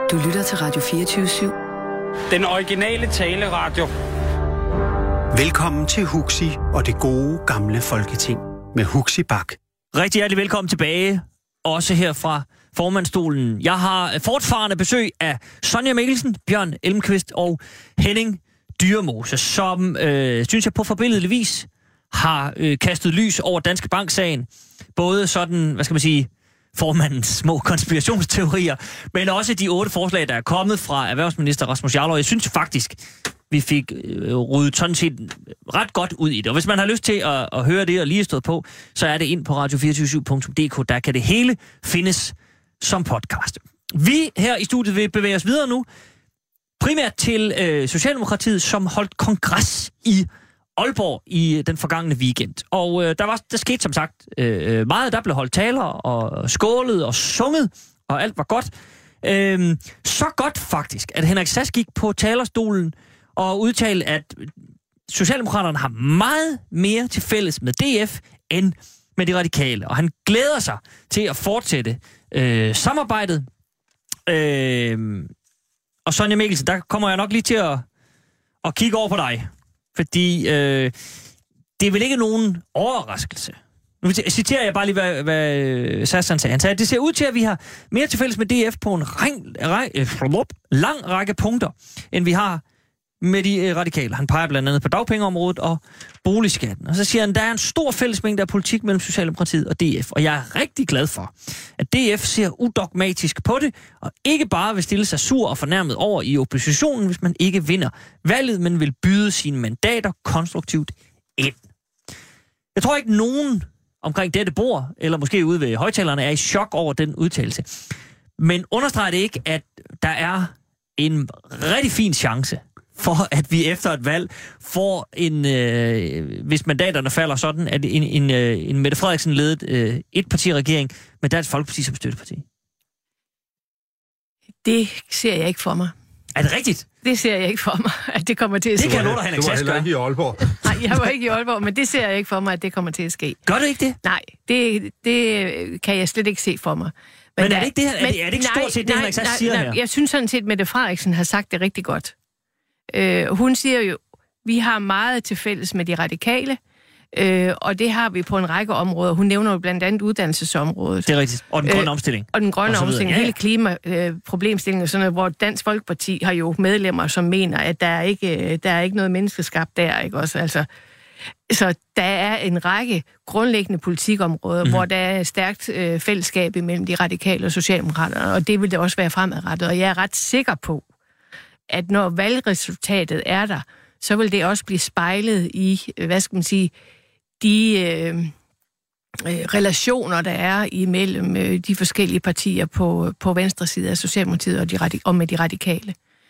Du lytter til Radio 24/7. Den originale taleradio. Velkommen til Huxi og det gode gamle Folketing med Huxi Bach. Rigtig hjertelig velkommen tilbage, også her fra formandsstolen. Jeg har fortfarende besøg af Sonja Mikkelsen, Bjørn Elmqvist og Henning Dyremose, som, synes jeg på forbilledlig vis, har kastet lys over Danske Bank-sagen. Både sådan, hvad skal man sige, formandens små konspirationsteorier, men også de 8 forslag, der er kommet fra erhvervsminister Rasmus Jarlov. Jeg synes faktisk, vi fik ryddet sådan set ret godt ud i det. Og hvis man har lyst til at høre det og lige stået på, så er det ind på radio247.dk. Der kan det hele findes som podcast. Vi her i studiet vil bevæge os videre nu, primært til Socialdemokratiet, som holdt kongres i Aalborg i den forgangne weekend. Og der skete som sagt meget. Der blev holdt taler og skålet og sunget, og alt var godt. Så godt faktisk, at Henrik Sass gik på talerstolen og udtalte, at Socialdemokraterne har meget mere til fælles med DF end med de radikale. Og han glæder sig til at fortsætte samarbejdet. Og Sonja Mikkelsen, der kommer jeg nok lige til at kigge over på dig. Fordi det er vel ikke nogen overraskelse. Nu citerer jeg bare lige, hvad Sassan sagde. Han sagde, at det ser ud til, at vi har mere til fælles med DF på en lang række punkter, end vi har med de radikale. Han peger blandt andet på dagpengeområdet og boligskatten. Og så siger han, at der er en stor fællesmængde af politik mellem Socialdemokratiet og DF. Og jeg er rigtig glad for, at DF ser udogmatisk på det, og ikke bare vil stille sig sur og fornærmet over i oppositionen, hvis man ikke vinder valget, men vil byde sine mandater konstruktivt ind. Jeg tror ikke nogen omkring dette bord, eller måske ude ved højtalerne, er i chok over den udtalelse. Men understreger det ikke, at der er en rigtig fin chance for, at vi efter et valg får en, hvis mandaterne falder sådan, at en Mette Frederiksen-ledet etpartiregering med Dansk Folkeparti som støtteparti? Det ser jeg ikke for mig. Er det rigtigt? Det ser jeg ikke for mig, at det kommer til at ske. Det kan jeg love dig, Henrik Sass gør. Du var heller ikke i Aalborg. Nej, jeg var ikke i Aalborg, men det ser jeg ikke for mig, at det kommer til at ske. Gør det ikke det? Nej, det kan jeg slet ikke se for mig. Men er det ikke det her? Er det ikke stort set det, Henrik Sass siger her? Jeg synes sådan set, at Mette Frederiksen har sagt det rigtig godt. Hun siger jo, vi har meget til fælles med de radikale, og det har vi på en række områder. Hun nævner jo blandt andet uddannelsesområdet. Det er rigtigt. Og den grønne omstilling. Og den grønne omstilling. Ja. Hele klimaproblemstillingen og sådan noget, hvor Dansk Folkeparti har jo medlemmer, som mener, at der er ikke noget menneskeskabt der, ikke også? Altså, så der er en række grundlæggende politikområder, hvor der er et stærkt fællesskab imellem de radikale og socialdemokraterne, og det vil det også være fremadrettet. Og jeg er ret sikker på, at når valgresultatet er der, så vil det også blive spejlet i, hvad skal man sige, de relationer, der er imellem de forskellige partier på venstre side af Socialdemokratiet og med de radikale.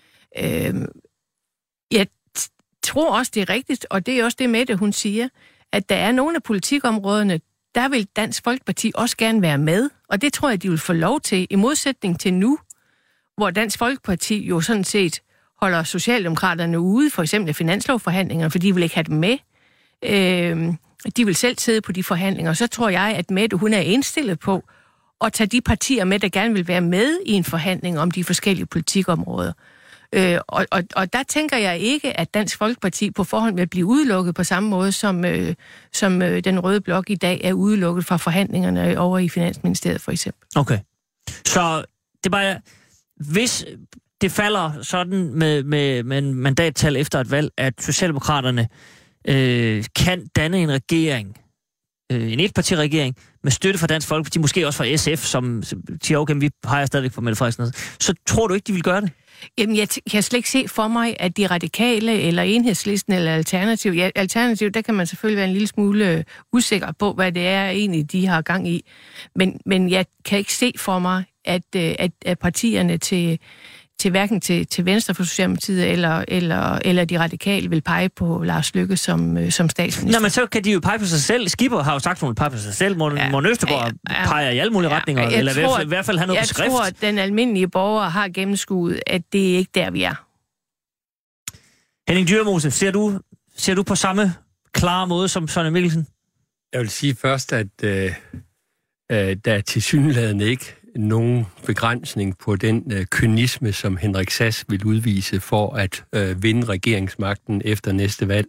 Jeg tror også, det er rigtigt, og det er også det Mette, hun siger, at der er nogle af politikområderne, der vil Dansk Folkeparti også gerne være med, og det tror jeg, de vil få lov til, i modsætning til nu, hvor Dansk Folkeparti jo sådan set holder Socialdemokraterne ude, for eksempel finanslovforhandlinger, for de vil ikke have dem med. De vil selv sidde på de forhandlinger, og så tror jeg, at Mette, hun er indstillet på at tage de partier med, der gerne vil være med i en forhandling om de forskellige politikområder. Og der tænker jeg ikke, at Dansk Folkeparti på forhånd vil blive udelukket på samme måde, som den røde blok i dag er udelukket fra forhandlingerne over i Finansministeriet, for eksempel. Okay. Så det er bare, hvis det falder sådan med en mandattal efter et valg, at Socialdemokraterne kan danne en regering, en etpartiregering, med støtte fra Dansk Folkeparti, måske også fra SF, som siger, okay, vi peger stadigvæk på Mette Frederiksen, så tror du ikke, de vil gøre det? Jamen, jeg kan slet ikke se for mig, at de radikale, eller Enhedslisten, eller Alternativ, ja, Alternativ, der kan man selvfølgelig være en lille smule usikker på, hvad det er egentlig, de har gang i. Men jeg kan ikke se for mig, at partierne til hverken til venstre for Socialdemokratiet eller de radikale vil pege på Lars Løkke som statsminister. Nå, men så kan de jo pege på sig selv. Skipper har jo sagt, at hun vil pege på sig selv. Morten Østergaard peger i alle mulige retninger, eller i hvert fald have noget på skrift. Jeg tror, at den almindelige borger har gennemskuet, at det er ikke der, vi er. Henning Dyremose, ser du på samme klare måde som Sonja Mikkelsen? Jeg vil sige først, at der tilsyneladende ikke nogen begrænsning på den kynisme, som Henrik Sass vil udvise for at vinde regeringsmagten efter næste valg.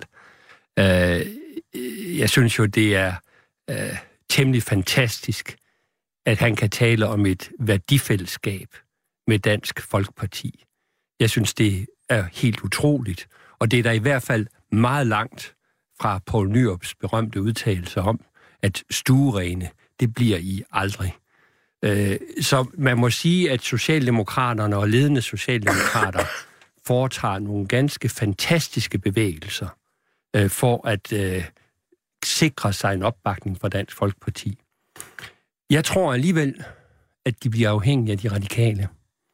Jeg synes jo, det er temmelig fantastisk, at han kan tale om et værdifællesskab med Dansk Folkeparti. Jeg synes, det er helt utroligt, og det er der i hvert fald meget langt fra Poul Nyrups berømte udtalelse om, at stuerene, det bliver I aldrig. Så man må sige, at socialdemokraterne og ledende socialdemokrater foretager nogle ganske fantastiske bevægelser for at sikre sig en opbakning fra Dansk Folkeparti. Jeg tror alligevel, at de bliver afhængige af de radikale.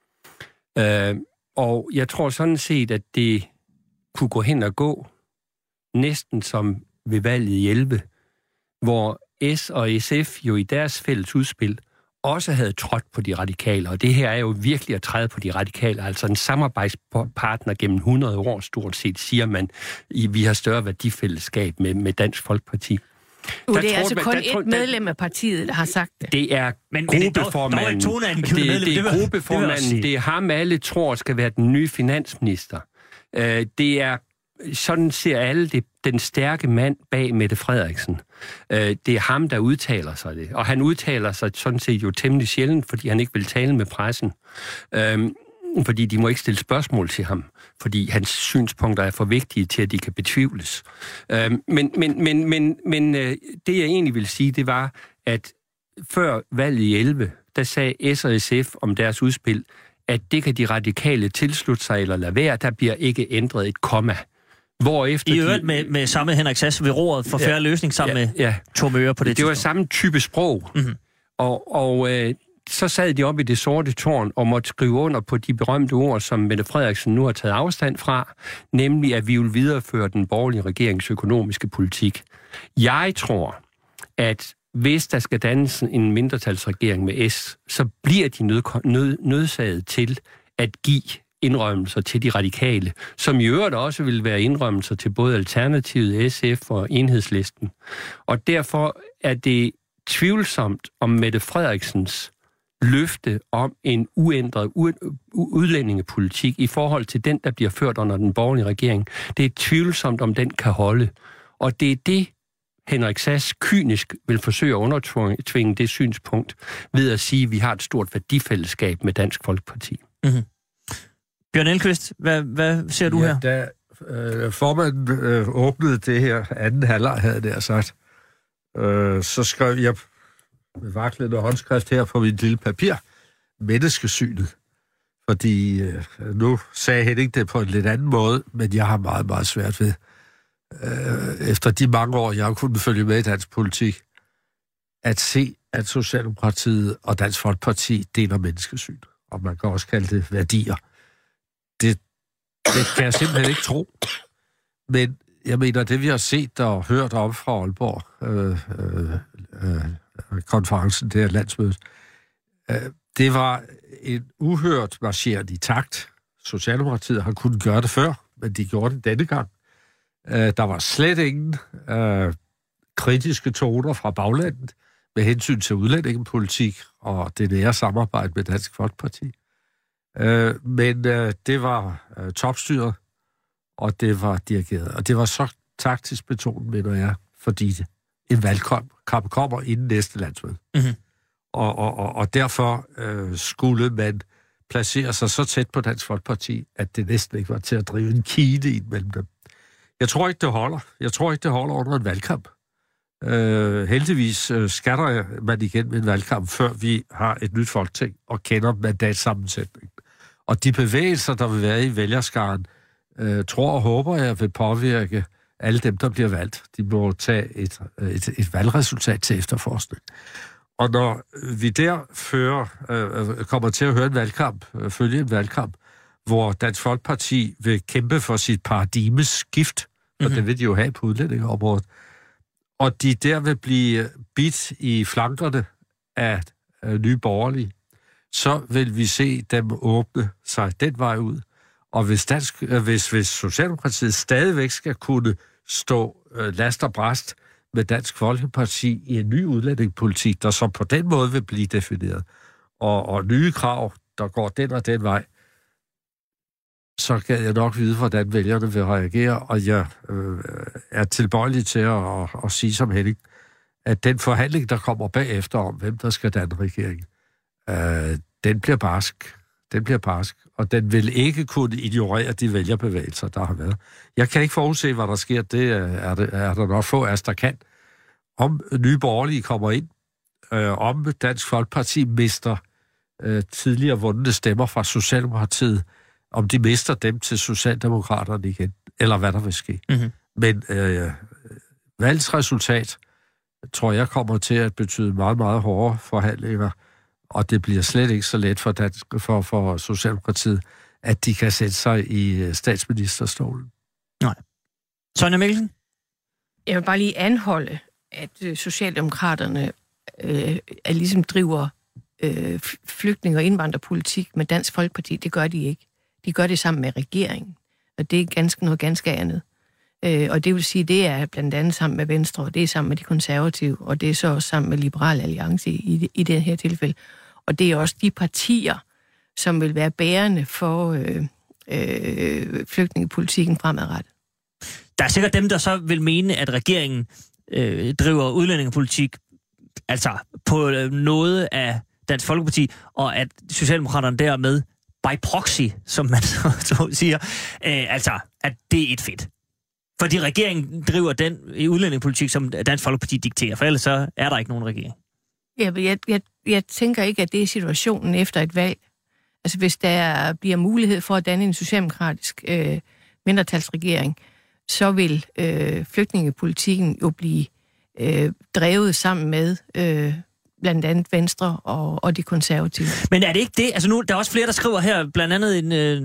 Og jeg tror sådan set, at det kunne gå hen og gå næsten som ved valget i 11, hvor S og SF jo i deres fælles udspil også havde trådt på de radikale, og det her er jo virkelig at træde på de radikale, altså en samarbejdspartner gennem 100 år stort set, siger man, vi har større værdifællesskab med Dansk Folkeparti. Det er altså kun et medlem af partiet, der har sagt det. Det er gruppeformanden. Det er gruppeformanden. Det er ham, alle tror skal være den nye finansminister. Det er, sådan ser alle den stærke mand bag Mette Frederiksen. Det er ham, der udtaler sig det. Og han udtaler sig sådan set jo temmelig sjældent, fordi han ikke vil tale med pressen. Fordi de må ikke stille spørgsmål til ham, fordi hans synspunkter er for vigtige til, at de kan betvivles. Men det, jeg egentlig vil sige, det var, at før valget i 11, der sagde S og SF om deres udspil, at det kan de radikale tilslutte sig eller lade være, der bliver ikke ændret et komma. I øvrigt med samme Henrik Sass ved roret for Fair Løsning sammen med Thor Möger på det tidspunkt. Det var samme type sprog. Mm-hmm. Og så sad de oppe i det sorte tårn og måtte skrive under på de berømte ord, som Mette Frederiksen nu har taget afstand fra, nemlig at vi vil videreføre den borgerlige regerings økonomiske politik. Jeg tror, at hvis der skal dannes en mindretalsregering med S, så bliver de nødsaget til at give indrømmelser til de radikale, som i øvrigt også vil være indrømmelser til både Alternativet, SF og Enhedslisten. Og derfor er det tvivlsomt om Mette Frederiksens løfte om en uændret udlændingepolitik i forhold til den, der bliver ført under den borgerlige regering. Det er tvivlsomt, om den kan holde. Og det er det, Henrik Sass kynisk vil forsøge at undertvinge det synspunkt ved at sige, at vi har et stort værdifællesskab med Dansk Folkeparti. Mm-hmm. Bjørn Elmquist, hvad ser du her? Da formanden åbnede det her anden halvleg, havde jeg sagt, så skrev jeg med vaklende håndskrift her på mit lille papir, menneskesynet. Fordi nu sagde Henning det på en lidt anden måde, men jeg har meget, meget svært ved, efter de mange år, jeg har kunnet følge med i dansk politik, at se, at Socialdemokratiet og Dansk Folkeparti deler menneskesyn. Og man kan også kalde det værdier. Det kan jeg simpelthen ikke tro. Men jeg mener, det vi har set og hørt om fra Aalborg, konferencen, det her landsmødet, det var en uhørt marcherende i takt. Socialdemokratiet har kunnet gøre det før, men de gjorde det denne gang. Der var slet ingen kritiske toner fra baglandet med hensyn til udlændingepolitik og det nære samarbejde med Dansk Folkeparti. Men det var topstyret, og det var dirigeret. Og det var så taktisk betonet, mener jeg, fordi en valgkamp kommer inden næste landsmøde. Mm-hmm. Og derfor skulle man placere sig så tæt på Dansk Folkeparti, at det næsten ikke var til at drive en kile ind mellem dem. Jeg tror ikke, det holder. Jeg tror ikke, det holder under en valgkamp. Heldigvis skatter man igen med en valgkamp, før vi har et nyt folketing og kender mandatsammensætningen. Og de bevægelser, der vil være i vælgerskaren, tror og håber jeg vil påvirke alle dem, der bliver valgt. De må tage et valgresultat til efterforskning. Og når vi kommer til at høre en valgkamp, følge en valgkamp, hvor Dansk Folkeparti vil kæmpe for sit paradigmeskift, og det vil de jo have på udlændingeområdet, og de der vil blive bidt i flankerne af Nye Borgerlige, så vil vi se dem åbne sig den vej ud. Og hvis Socialdemokratiet stadigvæk skal kunne stå last og brast med Dansk Folkeparti i en ny udlændingepolitik, der så på den måde vil blive defineret, og nye krav, der går den og den vej, så kan jeg nok vide, hvordan vælgerne vil reagere, og jeg er tilbøjelig til at sige som Henning, at den forhandling, der kommer bagefter om, hvem der skal danne regeringen, den bliver barsk. Den bliver barsk, og den vil ikke kunne ignorere de vælgerbevægelser, der har været. Jeg kan ikke forudse, hvad der sker. Det er der nok få af os, der kan. Om Nye Borgerlige kommer ind, om Dansk Folkeparti mister tidligere vundne stemmer fra Socialdemokratiet, om de mister dem til Socialdemokraterne igen, eller hvad der vil ske. Mm-hmm. Men valgsresultat, tror jeg, kommer til at betyde meget, meget hårde forhandlinger, og det bliver slet ikke så let for Socialdemokratiet, at de kan sætte sig i statsministerstolen. Nej. Sonja Mikkelsen? Jeg vil bare lige anholde, at Socialdemokraterne ligesom driver flygtninge- og indvandrerpolitik med Dansk Folkeparti. Det gør de ikke. De gør det sammen med regeringen, og det er noget ganske andet. Og det vil sige, det er blandt andet sammen med Venstre, og det er sammen med de konservative, og det er så også sammen med Liberal Alliance i det her tilfælde. Og det er også de partier, som vil være bærende for flygtningepolitikken fremadrettet. Der er sikkert dem, der så vil mene, at regeringen driver udlændingepolitik altså på noget af Dansk Folkeparti, og at Socialdemokraterne dermed by proxy, som man så siger, altså at det er et fedt. Fordi regeringen driver den i udlændingepolitik, som Dansk Folkeparti dikterer, for ellers så er der ikke nogen regering. Jeg tænker ikke, at det er situationen efter et valg. Altså hvis der bliver mulighed for at danne en socialdemokratisk mindretalsregering, så vil flygtningepolitikken jo blive drevet sammen med blandt andet Venstre og de konservative. Men er det ikke det? Altså nu, der er også flere, der skriver her, blandt andet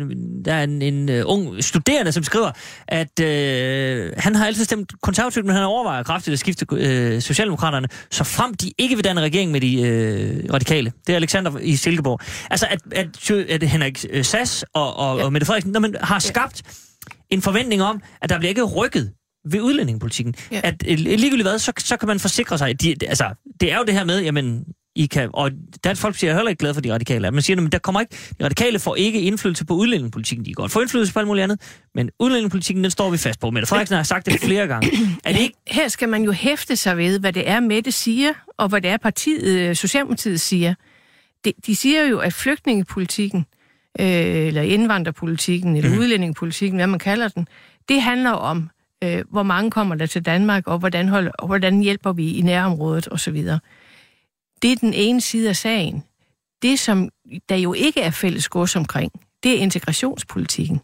en ung studerende, som skriver, at han har altid stemt konservativt, men han overvejer kraftigt at skifte Socialdemokraterne, så frem de ikke vil danne regering med de radikale. Det er Alexander i Silkeborg. Altså at Henrik Sass og Mette Frederiksen, når man har skabt en forventning om, at der bliver ikke rykket ved udlændingepolitikken. Ja. At ligegyldigt hvad, så kan man forsikre sig. Det er jo det her med, jamen, I kan, og Dansk Folkeparti er heller ikke glad for de radikale. Man siger, men der kommer ikke, de radikale får ikke indflydelse på udlændingepolitikken. De kan godt få indflydelse på alt muligt andet, men udlændingepolitikken, den står vi fast på. Mette Frederiksen har sagt det flere gange. Er det ikke? Her skal man jo hæfte sig ved, hvad det er, Mette siger, og hvad det er, Socialdemokratiet siger. De siger jo, at flygtningepolitikken, eller indvandrerpolitikken, eller udlændingepolitikken, hvad man kalder den, det handler om, hvor mange kommer der til Danmark, og hvordan hjælper vi i nærområdet, osv. Det er den ene side af sagen. Det, som der jo ikke er fælles gods omkring, det er integrationspolitikken.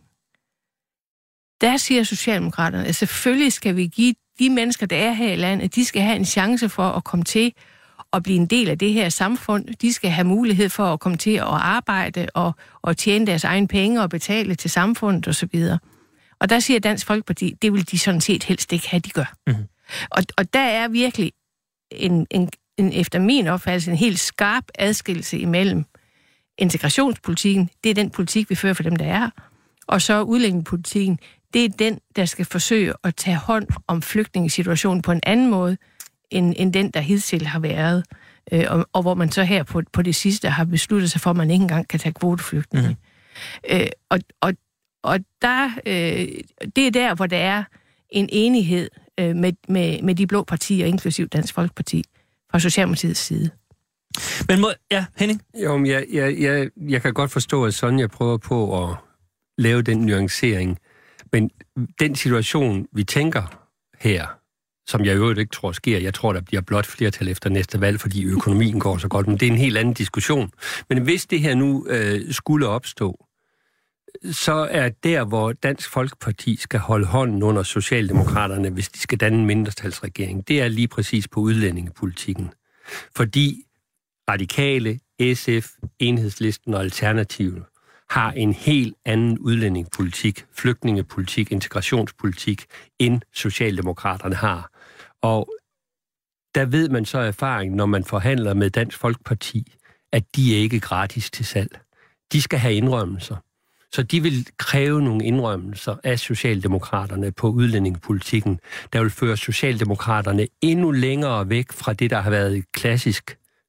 Der siger Socialdemokraterne, at selvfølgelig skal vi give de mennesker, der er her i landet, de skal have en chance for at komme til at blive en del af det her samfund. De skal have mulighed for at komme til at arbejde og tjene deres egen penge og betale til samfundet, osv. Og der siger Dansk Folkeparti, det vil de sådan set helst ikke have, de gør. Mm-hmm. Og der er virkelig en efter min opfattelse en helt skarp adskillelse imellem integrationspolitikken, det er den politik, vi fører for dem, der er her, og så udlændingepolitikken, det er den, der skal forsøge at tage hånd om flygtningesituationen på en anden måde, end den, der hidtil har været, og hvor man så her på det sidste har besluttet sig for, at man ikke engang kan tage kvoteflygtninge. Mm-hmm. Og der, det er der, hvor der er en enighed med de blå partier, inklusiv Dansk Folkeparti, fra Socialdemokratiets side. Men Henning? Jo, men jeg kan godt forstå, at Sonja prøver på at lave den nuancering. Men den situation, vi tænker her, som jeg jo ikke tror sker, jeg tror, der bliver blot flertal efter næste valg, fordi økonomien går så godt, men det er en helt anden diskussion. Men hvis det her nu skulle opstå, så er der, hvor Dansk Folkeparti skal holde hånden under Socialdemokraterne, hvis de skal danne en mindretalsregering, det er lige præcis på udlændingepolitikken. Fordi Radikale, SF, Enhedslisten og Alternativet har en helt anden udlændingepolitik, flygtningepolitik, integrationspolitik, end Socialdemokraterne har. Og der ved man så erfaring, når man forhandler med Dansk Folkeparti, at de er ikke gratis til salg. De skal have indrømmelser. Så de vil kræve nogle indrømmelser af Socialdemokraterne på udlændingepolitikken, der vil føre Socialdemokraterne endnu længere væk fra det, der har været et klassisk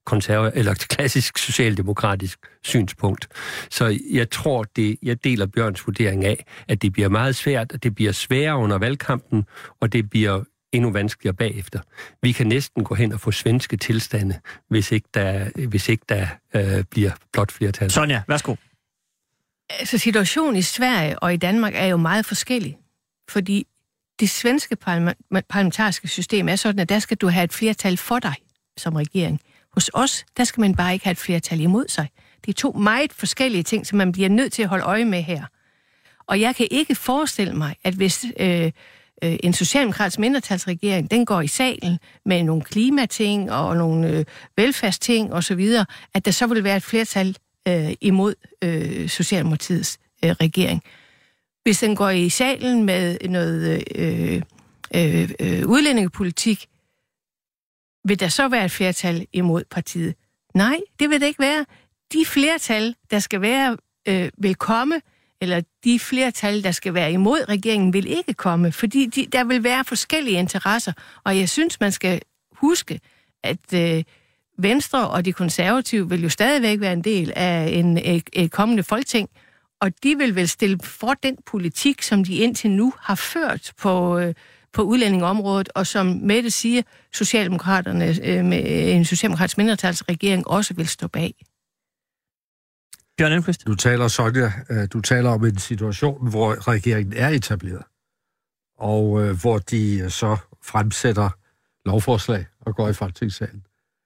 eller klassisk socialdemokratisk synspunkt. Så jeg tror, jeg deler Bjørns vurdering af, at det bliver meget svært, at det bliver sværere under valgkampen, og det bliver endnu vanskeligere bagefter. Vi kan næsten gå hen og få svenske tilstande, hvis ikke der bliver blot flertal. Sonja, værsgo. Altså, situationen i Sverige og i Danmark er jo meget forskellig, fordi det svenske parlamentariske system er sådan, at der skal du have et flertal for dig som regering. Hos os, der skal man bare ikke have et flertal imod sig. Det er to meget forskellige ting, som man bliver nødt til at holde øje med her. Og jeg kan ikke forestille mig, at hvis en socialdemokratisk mindretalsregering, den går i salen med nogle klimating og nogle velfærdsting osv., at der så vil være et flertal imod Socialdemokratiets regering. Hvis den går i salen med noget udlændingepolitik, vil der så være et flertal imod partiet? Nej, det vil det ikke være. De flertal, der skal være, vil komme, eller de flertal, der skal være imod regeringen, vil ikke komme, fordi der vil være forskellige interesser. Og jeg synes, man skal huske, at Venstre og de konservative vil jo stadigvæk være en del af et kommende folketing, og de vil vel stille for den politik, som de indtil nu har ført på udlændingeområdet, og som Mette siger, Socialdemokraterne med en socialdemokratisk mindretalsregering også vil stå bag. Bjørn Elmquist. Du taler om en situation, hvor regeringen er etableret, og hvor de så fremsætter lovforslag og går i Folketingssalen.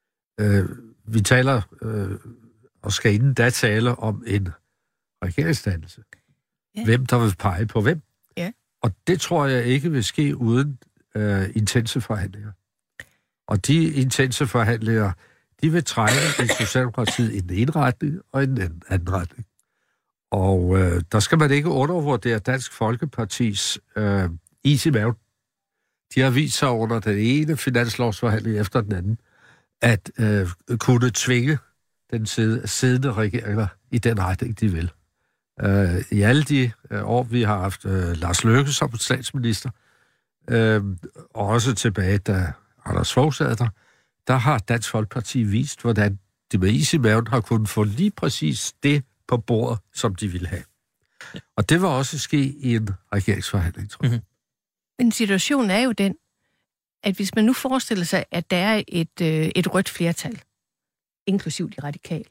Vi taler, og skal inden da tale om en regeringsdannelse. Ja. Hvem der vil pege på hvem. Ja. Og det tror jeg ikke vil ske uden intense forhandlinger. Og de intense forhandlinger, de vil trække i Socialdemokratiet i den ene retning og i den anden retning. Og der skal man ikke undervurdere Dansk Folkepartis is i maven. De har vist sig under den ene finanslovsforhandling efter den anden, at kunne tvinge den siddende regeringer i den retning, de vil. I alle de år, vi har haft Lars Løkke som statsminister, og også tilbage, da Anders Fogh sad der har Dansk Folkeparti vist, hvordan de med is i maven har kunnet få lige præcis det på bordet, som de ville have. Og det vil også ske i en regeringsforhandling, tror jeg. Mm-hmm. Men situationen er jo den, at hvis man nu forestiller sig, at der er et rødt flertal, inklusiv de radikale,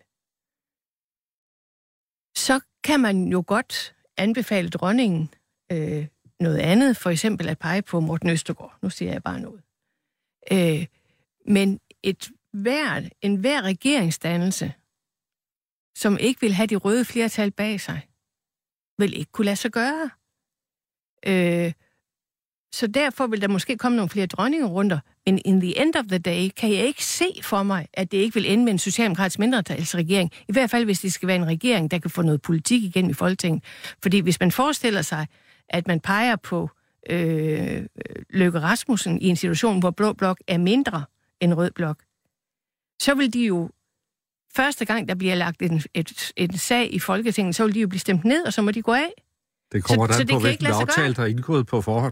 så kan man jo godt anbefale dronningen noget andet, for eksempel at pege på Morten Østergaard. Nu siger jeg bare noget. Men enhver regeringsdannelse, som ikke vil have de røde flertal bag sig, vil ikke kunne lade sig gøre. Så derfor vil der måske komme nogle flere dronningerunder, men in the end of the day kan jeg ikke se for mig, at det ikke vil ende med en socialdemokratisk mindretalsregering. I hvert fald, hvis det skal være en regering, der kan få noget politik igen i Folketinget. Fordi hvis man forestiller sig, at man peger på Løkke Rasmussen i en situation, hvor Blå Blok er mindre end Rød Blok, så vil de jo første gang, der bliver lagt en sag i Folketinget, så vil de jo blive stemt ned, og så må de gå af. Det kommer der på, hvilken aftale, der er indgået på forhånd.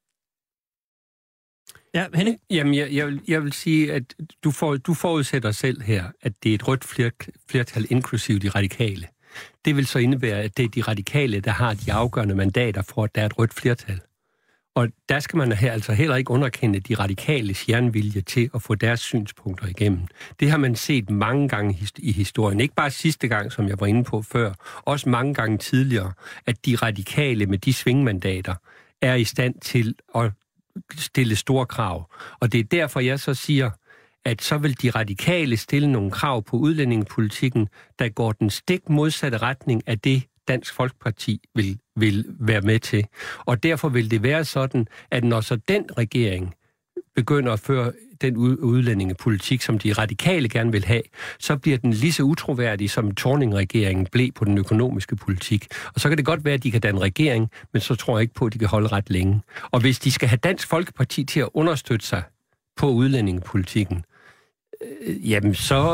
Ja, Henning? Jamen, jeg vil sige, at du forudsætter selv her, at det er et rødt flertal, inklusive de radikale. Det vil så indebære, at det er de radikale, der har de afgørende mandater for, at der er et rødt flertal. Og der skal man her altså heller ikke underkende de radikales jernvilje til at få deres synspunkter igennem. Det har man set mange gange i historien. Ikke bare sidste gang, som jeg var inde på før, også mange gange tidligere, at de radikale med de svingmandater er i stand til at stille store krav. Og det er derfor, jeg så siger, at så vil de radikale stille nogle krav på udlændingepolitikken, der går den stik modsatte retning af det, Dansk Folkeparti vil være med til. Og derfor vil det være sådan, at når så den regering begynder at føre den udlændingepolitik, som de radikale gerne vil have, så bliver den lige så utroværdig, som Thorning-regeringen blev på den økonomiske politik. Og så kan det godt være, at de kan danne regering, men så tror jeg ikke på, at de kan holde ret længe. Og hvis de skal have Dansk Folkeparti til at understøtte sig på udlændingepolitikken, jamen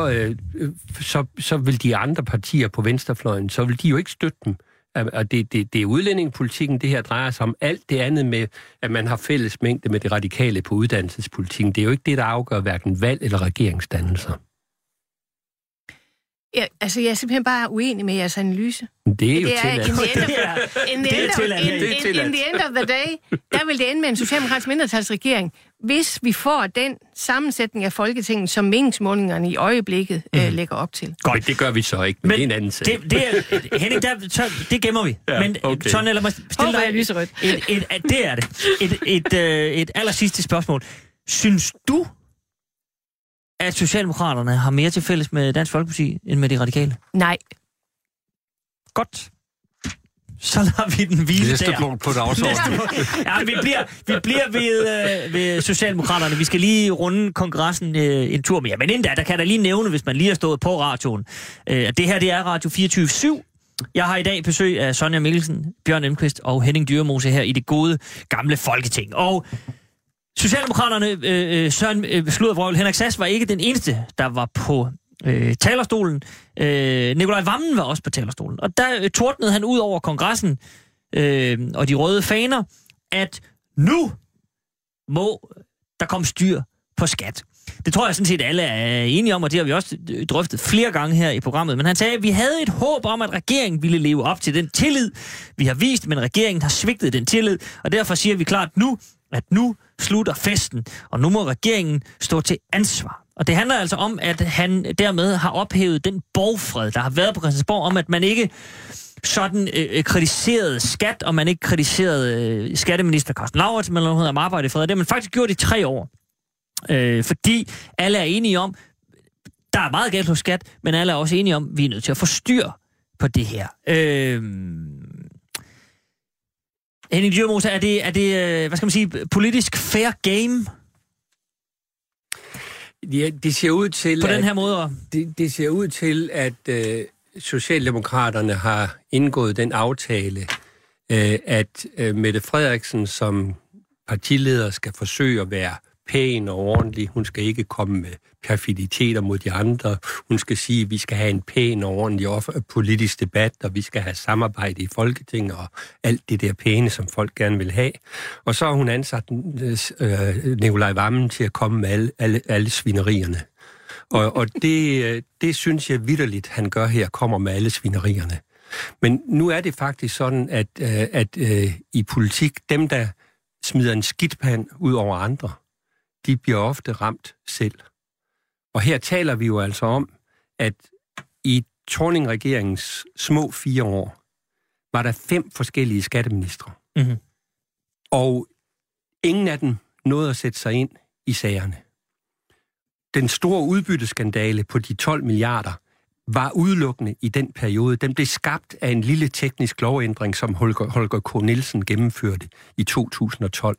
så vil de andre partier på venstrefløjen, så vil de jo ikke støtte dem. Og det er udlændingepolitikken, det her drejer sig om. Alt det andet med, at man har fælles mængde med det radikale på uddannelsespolitikken, det er jo ikke det, der afgør hverken valg eller regeringsdannelser. Ja, altså, jeg er simpelthen bare uenig med jeres analyse. Det er jo tilladt. In the end of the day, der vil det ende med en socialdemokratisk mindretalsregering, hvis vi får den sammensætning af Folketinget, som meningsmålingerne i øjeblikket lægger op til. Godt, men det gør vi så ikke, men det er en anden sag. Henning, det gemmer vi. Ja, men okay. Sådan, eller stille dig lyserødt. Det er det. Et allersidste spørgsmål. Synes du, at Socialdemokraterne har mere til fælles med Dansk Folkeparti end med de radikale? Nej. Godt. Så lader vi den hvile Næste der. punkt på dagsordenen. Ja, vi bliver ved Socialdemokraterne. Vi skal lige runde kongressen en tur mere. Men inden der kan jeg lige nævne, hvis man lige har stået på radioen. Det her, det er Radio 24/7. Jeg har i dag besøg af Sonja Mikkelsen, Bjørn Elmquist og Henning Dyremose her i det gode gamle Folketing. Og Socialdemokraterne, Søren Sluddervrøvl, Henrik Sass var ikke den eneste, der var på talerstolen. Nikolaj Wammen var også på talerstolen. Og der tordnede han ud over kongressen og de røde faner, at nu må der komme styr på skat. Det tror jeg sådan set alle er enige om, og det har vi også drøftet flere gange her i programmet. Men han sagde, at vi havde et håb om, at regeringen ville leve op til den tillid, vi har vist, men regeringen har svigtet den tillid, og derfor siger vi klart nu, at nu slutter festen, og nu må regeringen stå til ansvar. Og det handler altså om, at han dermed har ophævet den borgfred, der har været på Christiansborg, om at man ikke sådan kritiserede skat, og man ikke kritiserede skatteminister Carsten Lauritsen, eller noget om arbejde i fred. Det har man faktisk gjort i 3 år. Fordi alle er enige om, der er meget galt hos skat, men alle er også enige om, at vi er nødt til at få styr på det her. Henning Dyremose, er det, hvad skal man sige, politisk fair game? Ja, det ser ud til, på den her måde? Det ser ud til, at Socialdemokraterne har indgået den aftale, at Mette Frederiksen som partileder skal forsøge at være pæn og ordentlig. Hun skal ikke komme med perfiditeter mod de andre. Hun skal sige, at vi skal have en pæn og ordentlig politisk debat, og vi skal have samarbejde i Folketinget og alt det der pæne, som folk gerne vil have. Og så har hun ansat Nikolaj Wammen til at komme med alle svinerierne. Og det synes jeg vitterligt, han gør her, kommer med alle svinerierne. Men nu er det faktisk sådan, at i politik, dem der smider en skidtpand ud over andre, de bliver ofte ramt selv. Og her taler vi jo altså om, at i Thorning-regeringens små 4 år, var der 5 forskellige skatteministre. Mm-hmm. Og ingen af dem nåede at sætte sig ind i sagerne. Den store udbytteskandale på de 12 milliarder var udelukkende i den periode. Den blev skabt af en lille teknisk lovændring, som Holger K. Nielsen gennemførte i 2012.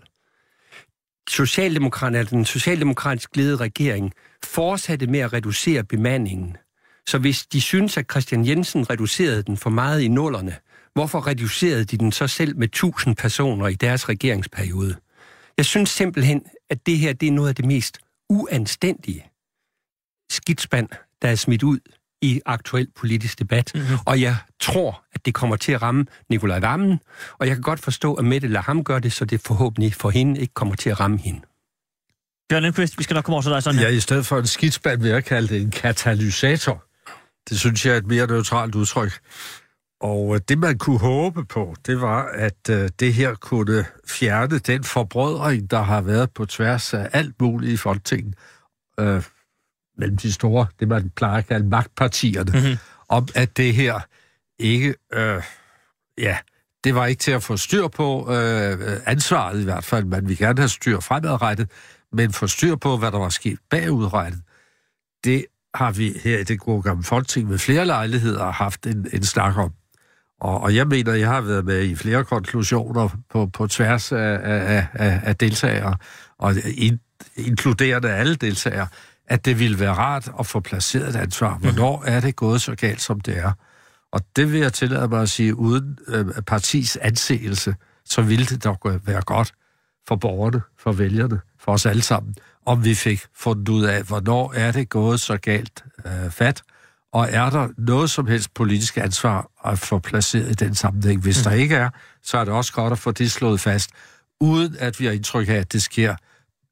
Den socialdemokratisk ledede regering fortsatte med at reducere bemandingen. Så hvis de synes, at Christian Jensen reducerede den for meget i 00'erne, hvorfor reducerede de den så selv med 1000 personer i deres regeringsperiode? Jeg synes simpelthen, at det her det er noget af det mest uanstændige skidtspand, der er smidt ud i aktuel politisk debat. Mm-hmm. Og jeg tror, at det kommer til at ramme Nikolaj Wammen, og jeg kan godt forstå, at Mette lader ham gøre det, så det forhåbentlig for hende ikke kommer til at ramme hende. Bjørn Elmquist, vi skal nok komme over til dig sådan her. Ja, i stedet for en skidtspand vil jeg kalde det en katalysator. Det synes jeg er et mere neutralt udtryk. Og det, man kunne håbe på, det var, at det her kunne fjerne den forbrødring, der har været på tværs af alt muligt i Folketinget, mellem de store, det man plejer at kalde magtpartierne, mm-hmm. om at det her ikke, det var ikke til at få styr på ansvaret i hvert fald. Man vil gerne have styr fremadrettet, men få styr på, hvad der var sket bagudrettet. Det har vi her i det gode gamle Folketing med flere lejligheder haft en snak om. Og jeg mener, jeg har været med i flere konklusioner på tværs af deltagere, og inkluderende alle deltagere, at det ville være rart at få placeret et ansvar. Hvornår er det gået så galt, som det er? Og det vil jeg tillade mig at sige, uden partis anseelse, så ville det dog være godt for borgerne, for vælgerne, for os alle sammen, om vi fik fundet ud af, hvornår er det gået så galt fat, og er der noget som helst politisk ansvar at få placeret i den sammenhæng. Hvis der ikke er, så er det også godt at få det slået fast, uden at vi har indtryk af, at det sker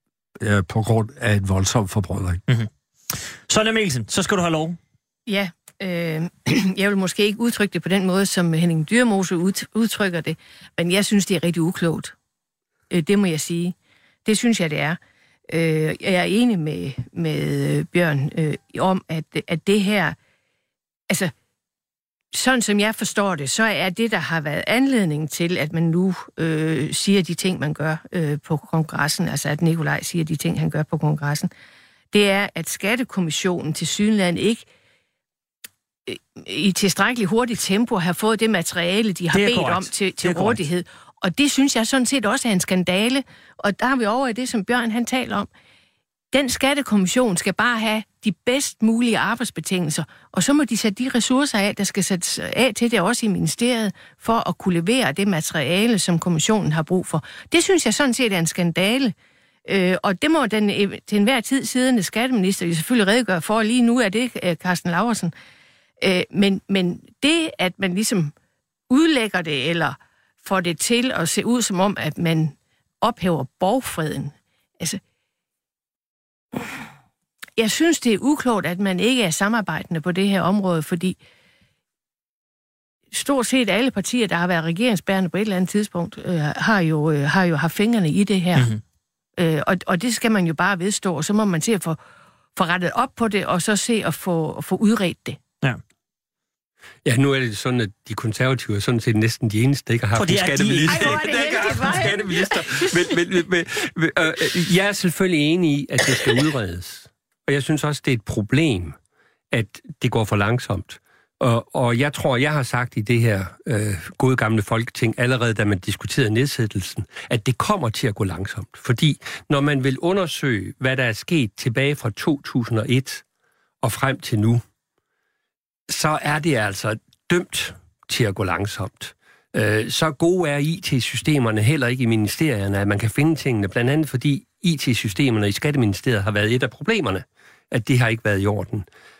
på grund af en voldsom forbrødring. Mm-hmm. Sonja Mikkelsen, så skal du have lov. Ja, Jeg vil måske ikke udtrykke det på den måde, som Henning Dyremose udtrykker det, men jeg synes, det er rigtig uklogt. Det må jeg sige. Det synes jeg, det er. Jeg er enig med Bjørn om, at det her... Altså, sådan som jeg forstår det, så er det, der har været anledning til, at man nu siger de ting, man gør på kongressen, altså at Nikolaj siger de ting, han gør på kongressen, det er, at Skattekommissionen til sydenland ikke i tilstrækkeligt hurtigt tempo har fået det materiale, de har bedt om til rådighed. Og det synes jeg sådan set også er en skandale. Og der har vi over i det, som Bjørn han taler om. Den skattekommission skal bare have de bedst mulige arbejdsbetingelser, og så må de sætte de ressourcer af, der skal sættes af til det også i ministeriet, for at kunne levere det materiale, som kommissionen har brug for. Det synes jeg sådan set er en skandale. Og det må den til enhver tid siddende skatteminister selvfølgelig redegøre for. Lige nu er det Carsten Laursen. Men det, at man ligesom udlægger det, eller får det til at se ud som om, at man ophæver borgfreden, altså, jeg synes, det er uklogt, at man ikke er samarbejdende på det her område, fordi stort set alle partier, der har været regeringsbærende på et eller andet tidspunkt, har jo haft fingrene i det her. Mm-hmm. Og det skal man jo bare vedstå, og så må man se at få rettet op på det, og så se at få udredt det. Ja. Ja, nu er det sådan, at de konservative er sådan set næsten de eneste, der ikke har haft en skatteminister. Jeg er selvfølgelig enig i, at det skal udredes. Og jeg synes også, det er et problem, at det går for langsomt. Og jeg tror, jeg har sagt i det her gode gamle Folketing, allerede da man diskuterede nedsættelsen, at det kommer til at gå langsomt. Fordi når man vil undersøge, hvad der er sket tilbage fra 2001 og frem til nu, så er det altså dømt til at gå langsomt. Så gode er IT-systemerne heller ikke i ministerierne, at man kan finde tingene, blandt andet fordi IT-systemerne i Skatteministeriet har været et af problemerne, at det har ikke været i orden.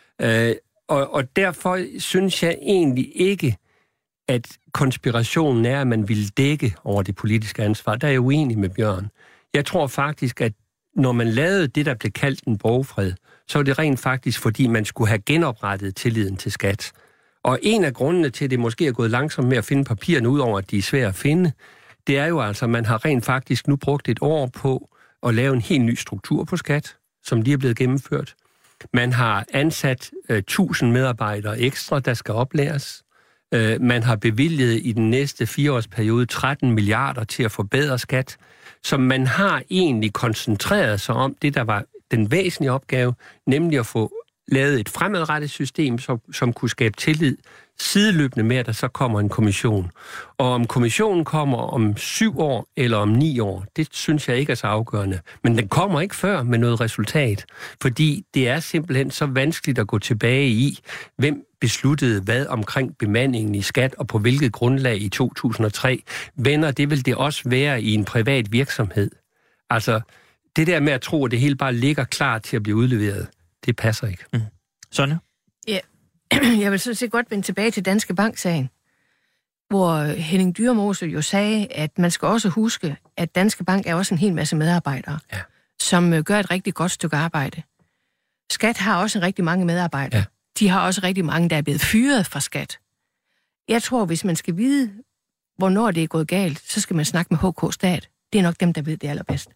Og derfor synes jeg egentlig ikke, at konspirationen er, at man vil dække over det politiske ansvar. Der er jeg uenig med Bjørn. Jeg tror faktisk, at når man lavede det, der blev kaldt en borgfred, så var det rent faktisk, fordi man skulle have genoprettet tilliden til skat. Og en af grundene til, at det måske er gået langsomt med at finde papirerne, ud over at de er svære at finde, det er jo altså, at man har rent faktisk nu brugt et år på at lave en helt ny struktur på skat, som lige er blevet gennemført. Man har ansat 1000 medarbejdere ekstra, der skal oplæres. Man har bevilget i den næste 4-årsperiode 13 milliarder til at forbedre skat, så man har egentlig koncentreret sig om det, der var den væsentlige opgave, nemlig at få lavet et fremadrettet system, som kunne skabe tillid, sideløbende med, at der så kommer en kommission. Og om kommissionen kommer om 7 år eller om 9 år, det synes jeg ikke er så afgørende. Men den kommer ikke før med noget resultat, fordi det er simpelthen så vanskeligt at gå tilbage i, hvem besluttede hvad omkring bemandingen i skat, og på hvilket grundlag i 2003. Venner, det vil det også være i en privat virksomhed. Altså, det der med at tro, at det hele bare ligger klar til at blive udleveret, det passer ikke. Mm. Sonja? Ja, jeg vil sådan set godt vende tilbage til Danske Bank-sagen, hvor Henning Dyremose jo sagde, at man skal også huske, at Danske Bank er også en hel masse medarbejdere, som gør et rigtig godt stykke arbejde. Skat har også rigtig mange medarbejdere. Ja. De har også rigtig mange, der er blevet fyret fra Skat. Jeg tror, hvis man skal vide, hvornår det er gået galt, så skal man snakke med HK Stat. Det er nok dem, der ved det allerbedst.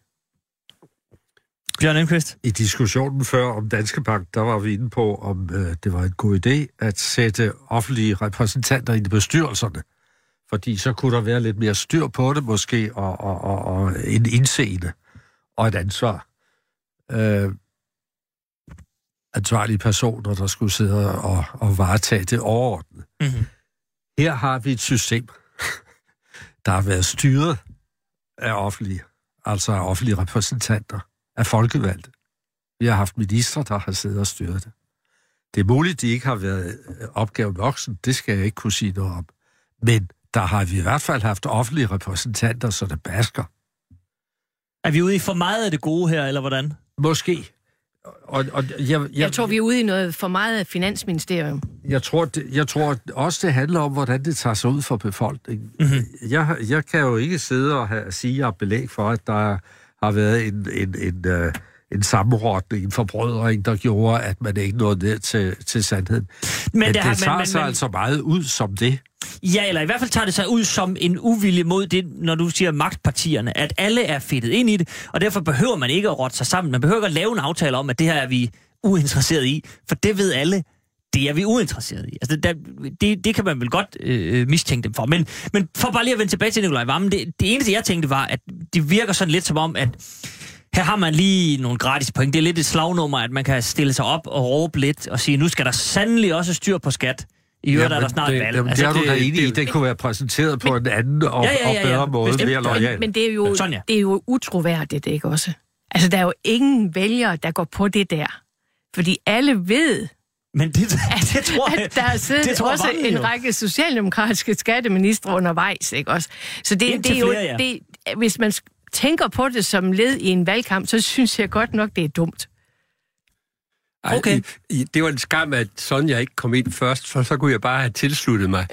Bjørn Elmquist. I diskussionen før om Danske Bank, der var vi inde på, om det var en god idé at sætte offentlige repræsentanter i bestyrelserne. Fordi så kunne der være lidt mere styr på det måske, og en indseende og et ansvar. Ansvarlige personer, der skulle sidde og varetage det overordnet. Mm-hmm. Her har vi et system, der har været styret af offentlige repræsentanter, af folkevalgte. Vi har haft ministre, der har siddet og styret det. Det er muligt, de ikke har været opgaven voksen, det skal jeg ikke kunne sige noget om. Men der har vi i hvert fald haft offentlige repræsentanter, så det basker. Er vi ude i for meget af det gode her, eller hvordan? Måske. Jeg tror, vi er ude i noget for meget af Finansministerium. Jeg tror også, det handler om, hvordan det tager sig ud for befolkningen. Mm-hmm. Jeg kan jo ikke sidde og sige belæg for, at der har været en sammenrotning, en forbrødring, der gjorde, at man ikke nåede ned til sandheden. Men det tager sig altså meget ud som det. Ja, eller i hvert fald tager det sig ud som en uvilje mod det, når du siger magtpartierne, at alle er fedtet ind i det, og derfor behøver man ikke at rotte sig sammen. Man behøver ikke at lave en aftale om, at det her er vi uinteresseret i, for det ved alle, det er vi uinteresseret i. Altså, det kan man vel godt mistænke dem for. Men for bare lige at vende tilbage til Nicolai Wammen, det eneste, jeg tænkte, var, at det virker sådan lidt som om, at her har man lige nogle gratis point. Det er lidt et slagnummer, at man kan stille sig op og råbe lidt og sige, nu skal der sandelig også styr på skat. I øvrigt er der snart valg. Jamen, det er du da enig i. Det kunne være præsenteret på en anden og bedre måde. Mere loyal. Men det er jo utroværdigt, ikke også? Altså, der er jo ingen vælgere, der går på det der. Fordi alle ved, men det tror jeg, at der har siddet også en række socialdemokratiske skatteministre undervejs, ikke også? Så det er jo... Det, hvis man tænker på det som led i en valgkamp, så synes jeg godt nok, det er dumt. Okay. Det var en skam, at Sonja ikke kom ind først, for så kunne jeg bare have tilsluttet mig.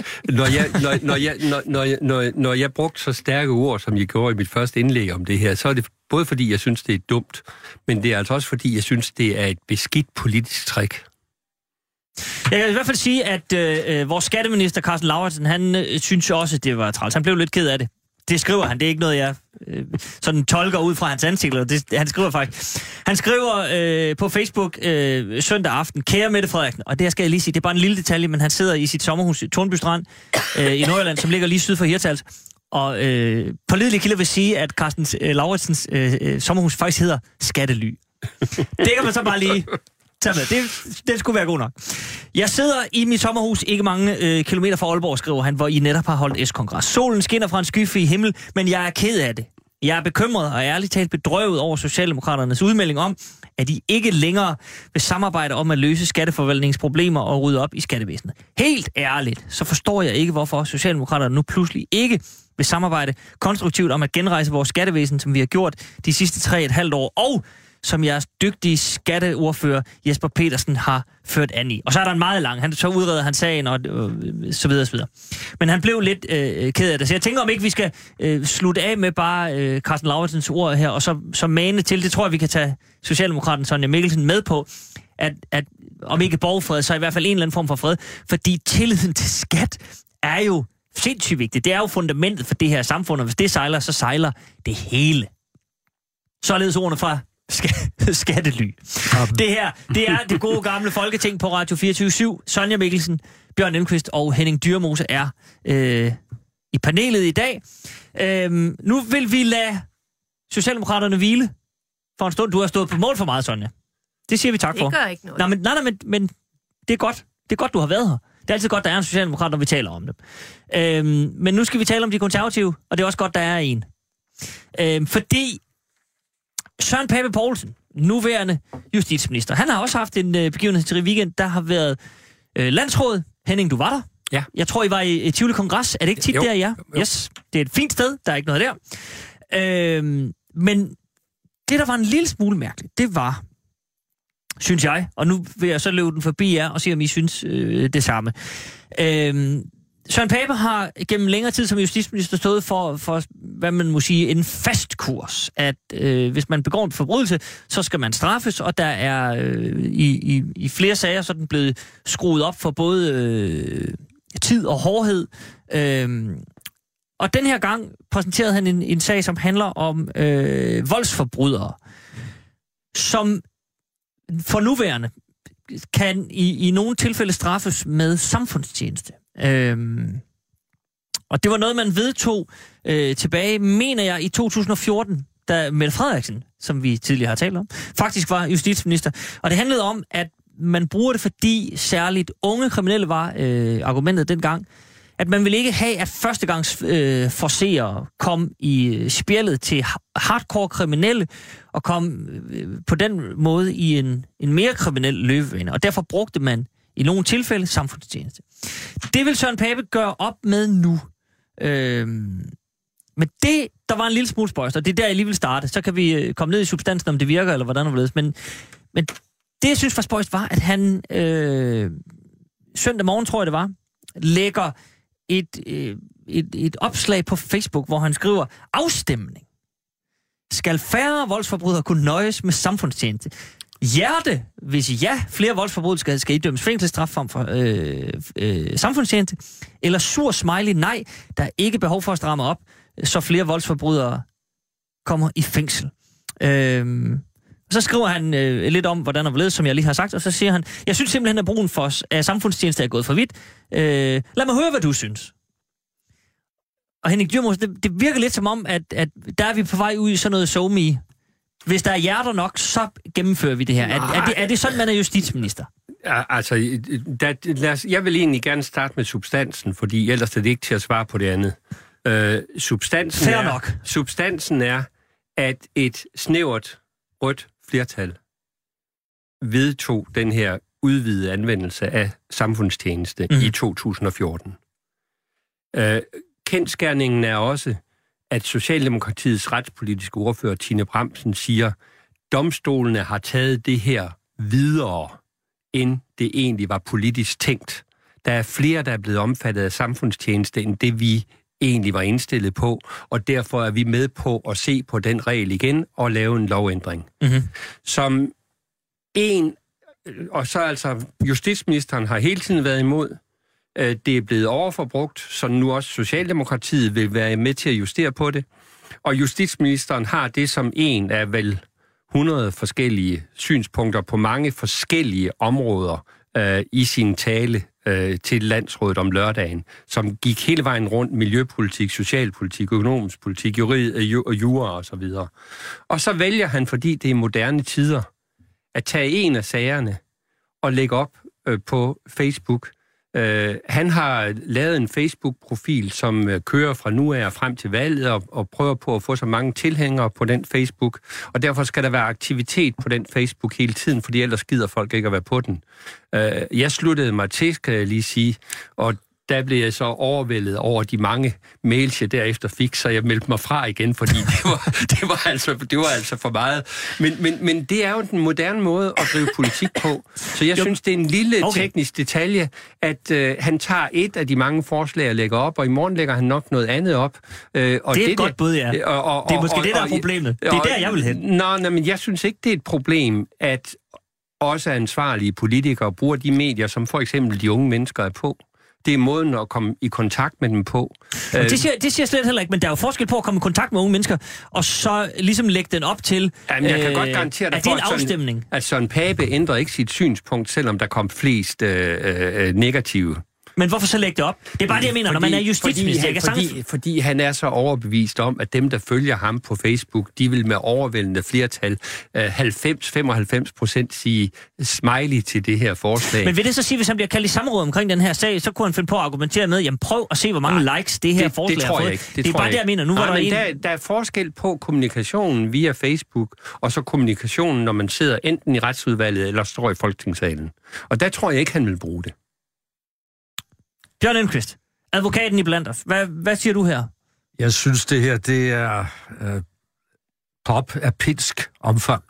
Når jeg brugte så stærke ord, som jeg gjorde i mit første indlæg om det her, så er det både fordi, jeg synes, det er dumt, men det er altså også fordi, jeg synes, det er et beskidt politisk trick. Jeg kan i hvert fald sige, at vores skatteminister, Karsten Lauritzen, han synes også, det var træls. Han blev lidt ked af det. Det skriver han, det er ikke noget, jeg sådan tolker ud fra hans ansigt. Han skriver faktisk. Han skriver på Facebook søndag aften, kære Mette Frederiksen, og det her skal jeg lige sige, det er bare en lille detalje, men han sidder i sit sommerhus i Tornby Strand i Nordjylland, som ligger lige syd for Hirtshals. Og pålidelige kilder vil sige, at Karsten Lauritsens sommerhus faktisk hedder Skattely. Det kan man så bare lige tage med. Det skulle være god nok. Jeg sidder i mit sommerhus ikke mange kilometer fra Aalborg, skriver han, hvor I netop har holdt S-kongres. Solen skinner fra en skyfri himmel, men jeg er ked af det. Jeg er bekymret og ærligt talt bedrøvet over Socialdemokraternes udmelding om, at I ikke længere vil samarbejde om at løse skatteforvaltningsproblemer og rydde op i skattevæsenet. Helt ærligt, så forstår jeg ikke, hvorfor Socialdemokraterne nu pludselig ikke vil samarbejde konstruktivt om at genrejse vores skattevæsen, som vi har gjort de sidste 3,5 år, og som jeres dygtige skatteordfører Jesper Petersen har ført an i. Og så er der en meget lang. Så udreder han sagen og så videre, så videre. Men han blev lidt ked af det. Så jeg tænker, om ikke vi skal slutte af med bare Karsten Lauritsens ord her, og så mane til, det tror jeg, vi kan tage Socialdemokraten Sonja Mikkelsen med på, at om ikke borgfred, så i hvert fald en eller anden form for fred. Fordi tilliden til skat er jo sindssygt vigtigt. Det er jo fundamentet for det her samfund, og hvis det sejler, så sejler det hele. Således ordene fra Skattely. Det her, det er det gode gamle Folketing på Radio 24/7. Sonja Mikkelsen, Bjørn Elmquist og Henning Dyremose er i panelet i dag. Nu vil vi lade Socialdemokraterne hvile for en stund. Du har stået på mål for meget, Sonja. Det siger vi tak for. Det gør ikke noget. Nej, men det er godt. Det er godt, du har været her. Det er altid godt, der er en socialdemokrat, når vi taler om dem. Men nu skal vi tale om de konservative, og det er også godt, der er en. Fordi Søren Pape Poulsen, nuværende justitsminister, han har også haft en begivenhed i weekend, der har været landsråd. Henning, du var der? Ja. Jeg tror, I var i Tivoli Kongres. Er det ikke tit der, ja? Yes. Det er et fint sted, der er ikke noget der. Men det, der var en lille smule mærkeligt, det var, synes jeg, og nu vil jeg så løbe den forbi jer og se, om I synes det samme. Søren Pape har gennem længere tid som justitsminister stået for, hvad man må sige, en fast kurs. At hvis man begår en forbrydelse, så skal man straffes, og der er i flere sager sådan blevet skruet op for både tid og hårdhed. Og den her gang præsenterede han en sag, som handler om voldsforbrydere, som for nuværende kan i nogle tilfælde straffes med samfundstjeneste. Og det var noget, man vedtog tilbage, mener jeg, i 2014, da Mette Frederiksen, som vi tidligere har talt om, faktisk var justitsminister. Og det handlede om, at man bruger det, fordi særligt unge kriminelle var argumentet dengang, at man ville ikke have, at førstegangs forseere kom i spjældet til hardcore kriminelle, og kom på den måde i en mere kriminel løbebane. Og derfor brugte man i nogle tilfælde samfundstjeneste. Det vil Søren Pape gøre op med nu. Men det, der var en lille smule spøjst, og det er der, jeg lige vil starte. Så kan vi komme ned i substansen, om det virker, eller hvordan det var. Men det, jeg synes var spøjst, var, at han søndag morgen, tror jeg det var, lægger et opslag på Facebook, hvor han skriver afstemning. Skal færre voldsforbrydere kunne nøjes med samfundstjeneste? Hjerte, hvis ja, flere voldsforbrydere skal idømmes fængselsstraf frem for samfundstjeneste. Eller sur smiley, nej, der er ikke behov for at stramme op, så flere voldsforbrydere kommer i fængsel. Så skriver han lidt om, hvordan han var ledet, som jeg lige har sagt, og så siger han, jeg synes simpelthen, at brugen af samfundstjeneste er gået for vidt. Lad mig høre, hvad du synes. Og Henning Dyrmose, det virker lidt som om, at der er vi på vej ud i sådan noget SoMe. Hvis der er hjerter nok, så gennemfører vi det her. Er det sådan, man er justitsminister? Ja, altså, jeg vil egentlig gerne starte med substansen, fordi ellers er det ikke til at svare på det andet. Substansen er, at et snævert rødt flertal vedtog den her udvidede anvendelse af samfundstjeneste i 2014. Kendsgerningen er også, at Socialdemokratiets retspolitiske ordfører Tine Bramsen siger, domstolene har taget det her videre, end det egentlig var politisk tænkt. Der er flere, der er blevet omfattet af samfundstjeneste, end det vi egentlig var indstillet på, og derfor er vi med på at se på den regel igen og lave en lovændring. Som og så altså, justitsministeren har hele tiden været imod. Det er blevet overforbrugt, så nu også Socialdemokratiet vil være med til at justere på det. Og justitsministeren har det som en af vel 100 forskellige synspunkter på mange forskellige områder i sin tale til landsrådet om lørdagen, som gik hele vejen rundt miljøpolitik, socialpolitik, økonomisk politik, jura og så videre. Og så vælger han, fordi det er moderne tider, at tage en af sagerne og lægge op på Facebook. Han har lavet en Facebook-profil, som kører fra nu af og frem til valget, og prøver på at få så mange tilhængere på den Facebook. Og derfor skal der være aktivitet på den Facebook hele tiden, fordi ellers gider folk ikke at være på den. Jeg sluttede mig til, skal jeg lige sige, og der blev jeg så overvældet over de mange mails, jeg derefter fik, så jeg meldte mig fra igen, fordi det var altså for meget. Men det er jo den moderne måde at drive politik på. Så jeg synes, det er en lille teknisk detalje, at han tager et af de mange forslag og lægger op, og i morgen lægger han nok noget andet op. Og det er et godt bud, ja. Det er måske det, der er problemet. Det er der, jeg vil hen. Nå, men jeg synes ikke, det er et problem, at også ansvarlige politikere bruger de medier, som for eksempel de unge mennesker er på. Det er måden at komme i kontakt med dem på. Det siger jeg slet heller ikke, men der er jo forskel på at komme i kontakt med unge mennesker, og så ligesom lægge den op til, jamen, jeg kan godt garantere dig for, en afstemning. At Søren Pape ændrer ikke sit synspunkt, selvom der kom flest negative. Men hvorfor så lægge det op? Det er bare det, jeg mener, når man er justitsminister. Fordi han er så overbevist om, at dem, der følger ham på Facebook, de vil med overvældende flertal 90-95% sige smiley til det her forslag. Men vil det så sige, hvis han bliver kaldt i samråd omkring den her sag, så kunne han finde på at argumentere med, jamen prøv at se, hvor mange likes det her forslag har fået. Det tror jeg ikke. Det er bare det, jeg mener. Nu var der er forskel på kommunikationen via Facebook, og så kommunikationen, når man sidder enten i retsudvalget eller står i Folketingssalen. Og der tror jeg ikke, han vil bruge det. Bjørn Elmquist, advokaten i blandt os. Hvad siger du her? Jeg synes, det her det er pop af pinsk omfang.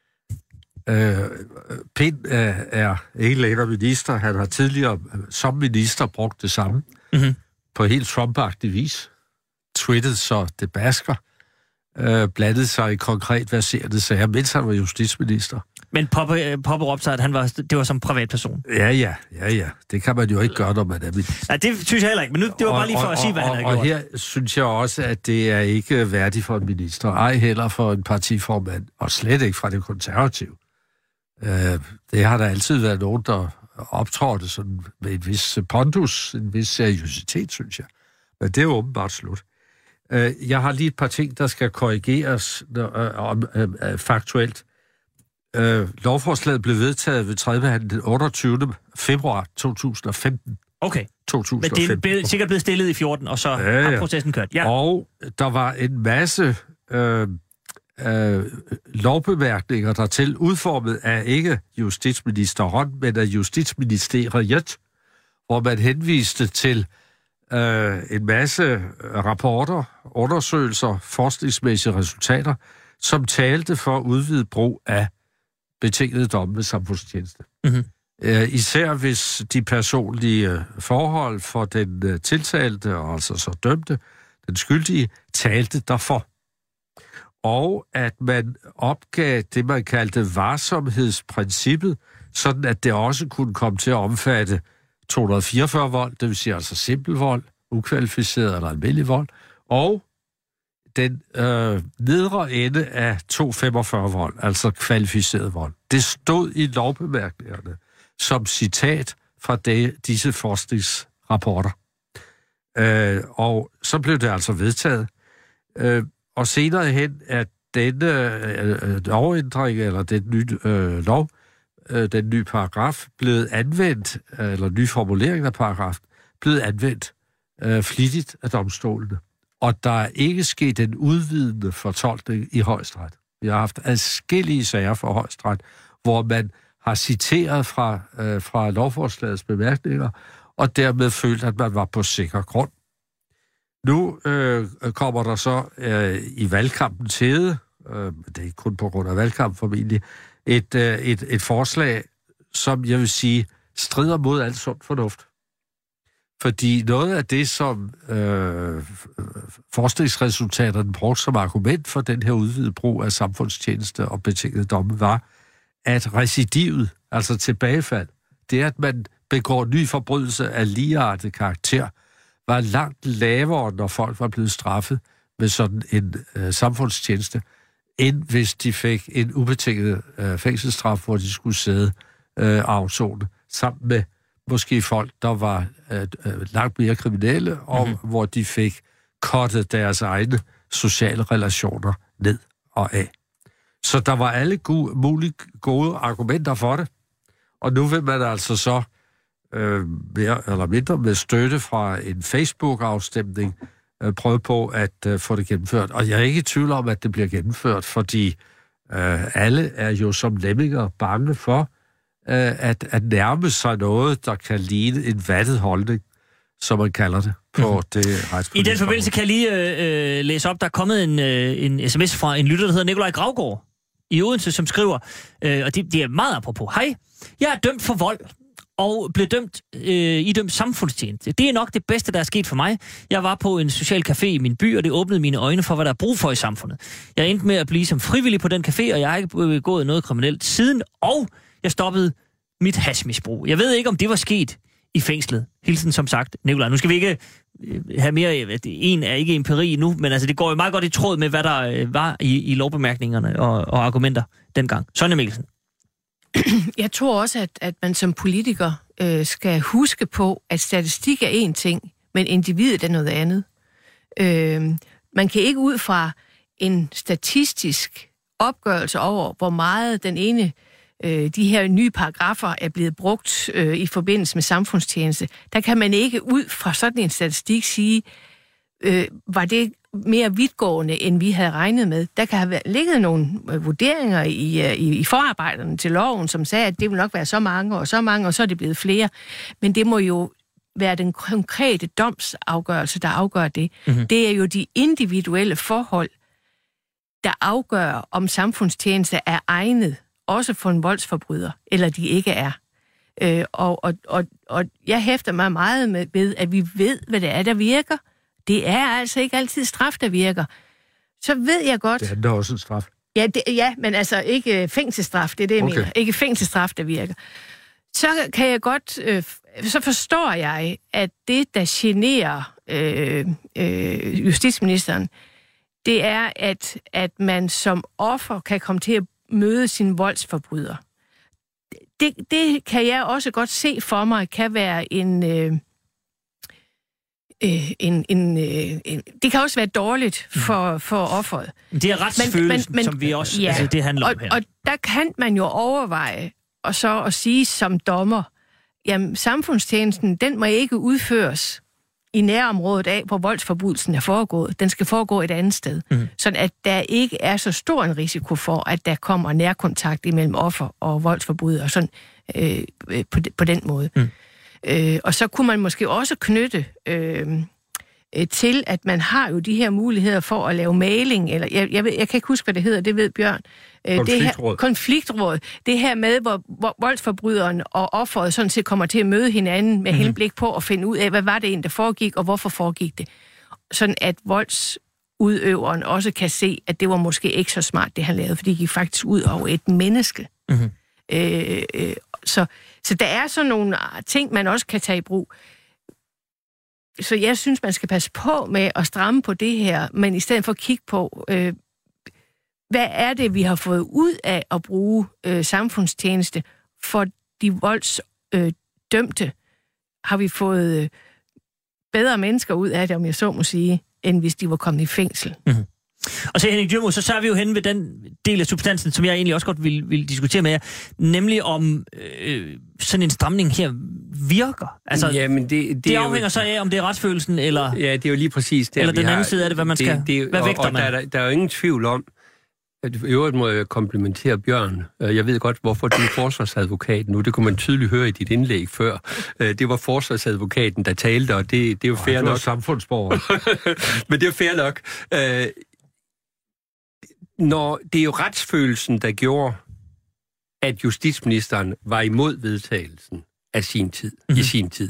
Pind er ikke længere minister. Han har tidligere som minister brugt det samme på helt Trump-agtig vis. Twittet så det basker. Blandede sig i konkret verserende sager, mens han var justitsminister. Men Poppe råbte sig, at det var som privatperson. Ja. Det kan man jo ikke gøre, når man er minister. Nej, det synes jeg heller ikke, men det var bare lige for at sige, hvad han havde gjort. Og her synes jeg også, at det er ikke værdigt for en minister, ej heller for en partiformand, og slet ikke fra det konservative. Det har der altid været nogen, der optrådte sådan med en vis pondus, en vis seriøsitet, synes jeg. Men det er jo åbenbart slut. Jeg har lige et par ting, der skal korrigeres faktuelt. Lovforslaget blev vedtaget ved tredje behandling den 28. februar 2015. Okay. 2015. Men det er sikkert blevet stillet i 14, og så har processen kørt. Ja. Og der var en masse lovbemærkninger dertil, udformet af ikke justitsministeren, men af Justitsministeriet, hvor man henviste til en masse rapporter, undersøgelser, forskningsmæssige resultater, som talte for udvidet brug af betingede domme ved samfundstjeneste. Især hvis de personlige forhold for den tiltalte, og altså så dømte, den skyldige, talte derfor. og at man opgav det, man kaldte varsomhedsprincippet, sådan at det også kunne komme til at omfatte 244 vold, det vil sige altså simpel vold, ukvalificeret eller almindelig vold, og den nedre ende af 245 vold, altså kvalificeret vold. Det stod i lovbemærkningerne som citat fra disse forskningsrapporter. Og så blev det altså vedtaget. Og senere hen, at denne lovændring, eller den nye lov, den nye paragraf, blevet anvendt, eller ny formulering af paragraf, blevet anvendt flittigt af domstolene. Og der er ikke sket en udvidende fortolkning i Højesteret. Vi har haft adskillige sager for Højesteret, hvor man har citeret fra lovforslagets bemærkninger, og dermed følt, at man var på sikker grund. Nu kommer der så i valgkampen til, det er ikke kun på grund af valgkampen formentlig, et forslag, som jeg vil sige, strider mod al sund fornuft. Fordi noget af det, som forskningsresultaterne brugte som argument for den her udvidede brug af samfundstjeneste og betingede domme, var, at recidivet, altså tilbagefald, det at man begår ny forbrydelse af ligeartet karakter, var langt lavere, når folk var blevet straffet med sådan en samfundstjeneste, end hvis de fik en ubetinget fængselsstraf, hvor de skulle sidde afsone, sammen med måske folk, der var langt mere kriminelle, og hvor de fik kottet deres egne sociale relationer ned og af. Så der var alle mulige gode argumenter for det. Og nu vil man altså så mere eller mindre med støtte fra en Facebook-afstemning prøve på at få det gennemført. Og jeg er ikke i tvivl om, at det bliver gennemført, fordi alle er jo som lemminger bange for at nærme sig noget, der kan ligne en vattet holdning, som man kalder det, på det retspolitiske. I den forbindelse kan jeg lige læse op, der er kommet en sms fra en lytter, der hedder Nikolaj Gravgaard i Odense, som skriver, og det er meget apropos. Hej, jeg er dømt for vold og blev idømt samfundstjeneste. Det er nok det bedste, der er sket for mig. Jeg var på en social café i min by, og det åbnede mine øjne for, hvad der er brug for i samfundet. Jeg endte med at blive som frivillig på den café, og jeg har ikke begået noget kriminelt siden, og jeg stoppede mit hashmisbrug. Jeg ved ikke, om det var sket i fængslet. Hilsen som sagt, Nikolaj. Nu skal vi ikke have mere, en er ikke empiri nu, men altså det går jo meget godt i tråd med, hvad der var i lovbemærkningerne og argumenter dengang. Sonja Mikkelsen. Jeg tror også, at man som politiker skal huske på, at statistik er én ting, men individet er noget andet. Man kan ikke ud fra en statistisk opgørelse over, hvor meget den ene de her nye paragrafer er blevet brugt i forbindelse med samfundstjeneste. Der kan man ikke ud fra sådan en statistik sige, var det mere vidtgående, end vi havde regnet med. Der kan have ligget nogle vurderinger i forarbejderne til loven, som sagde, at det vil nok være så mange, og så er det blevet flere. Men det må jo være den konkrete domsafgørelse, der afgør det. Mm-hmm. Det er jo de individuelle forhold, der afgør, om samfundstjeneste er egnet, også for en voldsforbryder, eller de ikke er. Og jeg hæfter mig meget ved, at vi ved, hvad det er, der virker. Det er altså ikke altid straf, der virker. Så ved jeg godt... Det er også en straf. Ja, men altså ikke fængselsstraf, det er det, jeg mener. Ikke fængselsstraf, der virker. Så kan jeg godt... så forstår jeg, at det, der generer justitsministeren, det er, at man som offer kan komme til at møde sin voldsforbryder. Det kan jeg også godt se for mig, kan være det kan også være dårligt for offeret. Det er retsfølelsen, som vi også... Ja, altså, det handler om her. Og der kan man jo overveje, og så at sige som dommer, jamen samfundstjenesten, den må ikke udføres i nærområdet af, hvor voldsforbrydelsen er foregået. Den skal foregå et andet sted. Mm. Sådan at der ikke er så stor en risiko for, at der kommer nærkontakt imellem offer og voldsforbryder, sådan på den måde. Mm. Og så kunne man måske også knytte til, at man har jo de her muligheder for at lave mailing, eller jeg kan ikke huske, hvad det hedder, det ved Bjørn. Konfliktråd. Det her med, hvor voldsforbryderen og offeret sådan set kommer til at møde hinanden med henblik på at finde ud af, hvad var det egentlig, der foregik, og hvorfor foregik det. Sådan at udøveren også kan se, at det var måske ikke så smart, det han lavede, fordi det gik faktisk ud over et menneske. Mm-hmm. Så der er sådan nogle ting, man også kan tage i brug. Så jeg synes, man skal passe på med at stramme på det her, men i stedet for at kigge på, hvad er det, vi har fået ud af at bruge samfundstjeneste for de voldsdømte? Har vi fået bedre mennesker ud af det, om jeg så må sige, end hvis de var kommet i fængsel? Mm-hmm. Og så Henning Dyremose, så er vi jo henne ved den del af substansen, som jeg egentlig også godt vil diskutere med jer, nemlig om sådan en stramning her virker. Altså, jamen det afhænger så af, om det er retsfølelsen, eller... Ja, det er jo lige præcis det. Eller den anden side af det, hvad man skal... Hvad vægter man? Der er jo ingen tvivl om, at i øvrigt må jeg komplimentere Bjørn. Jeg ved godt, hvorfor du er forsvarsadvokat nu. Det kunne man tydeligt høre i dit indlæg før. Det var forsvarsadvokaten, der talte, og det er jo fair nok. Det var samfundsborger. Men det er fair nok. Når det er jo retsfølelsen, der gjorde, at justitsministeren var imod vedtagelsen af sin tid, i sin tid.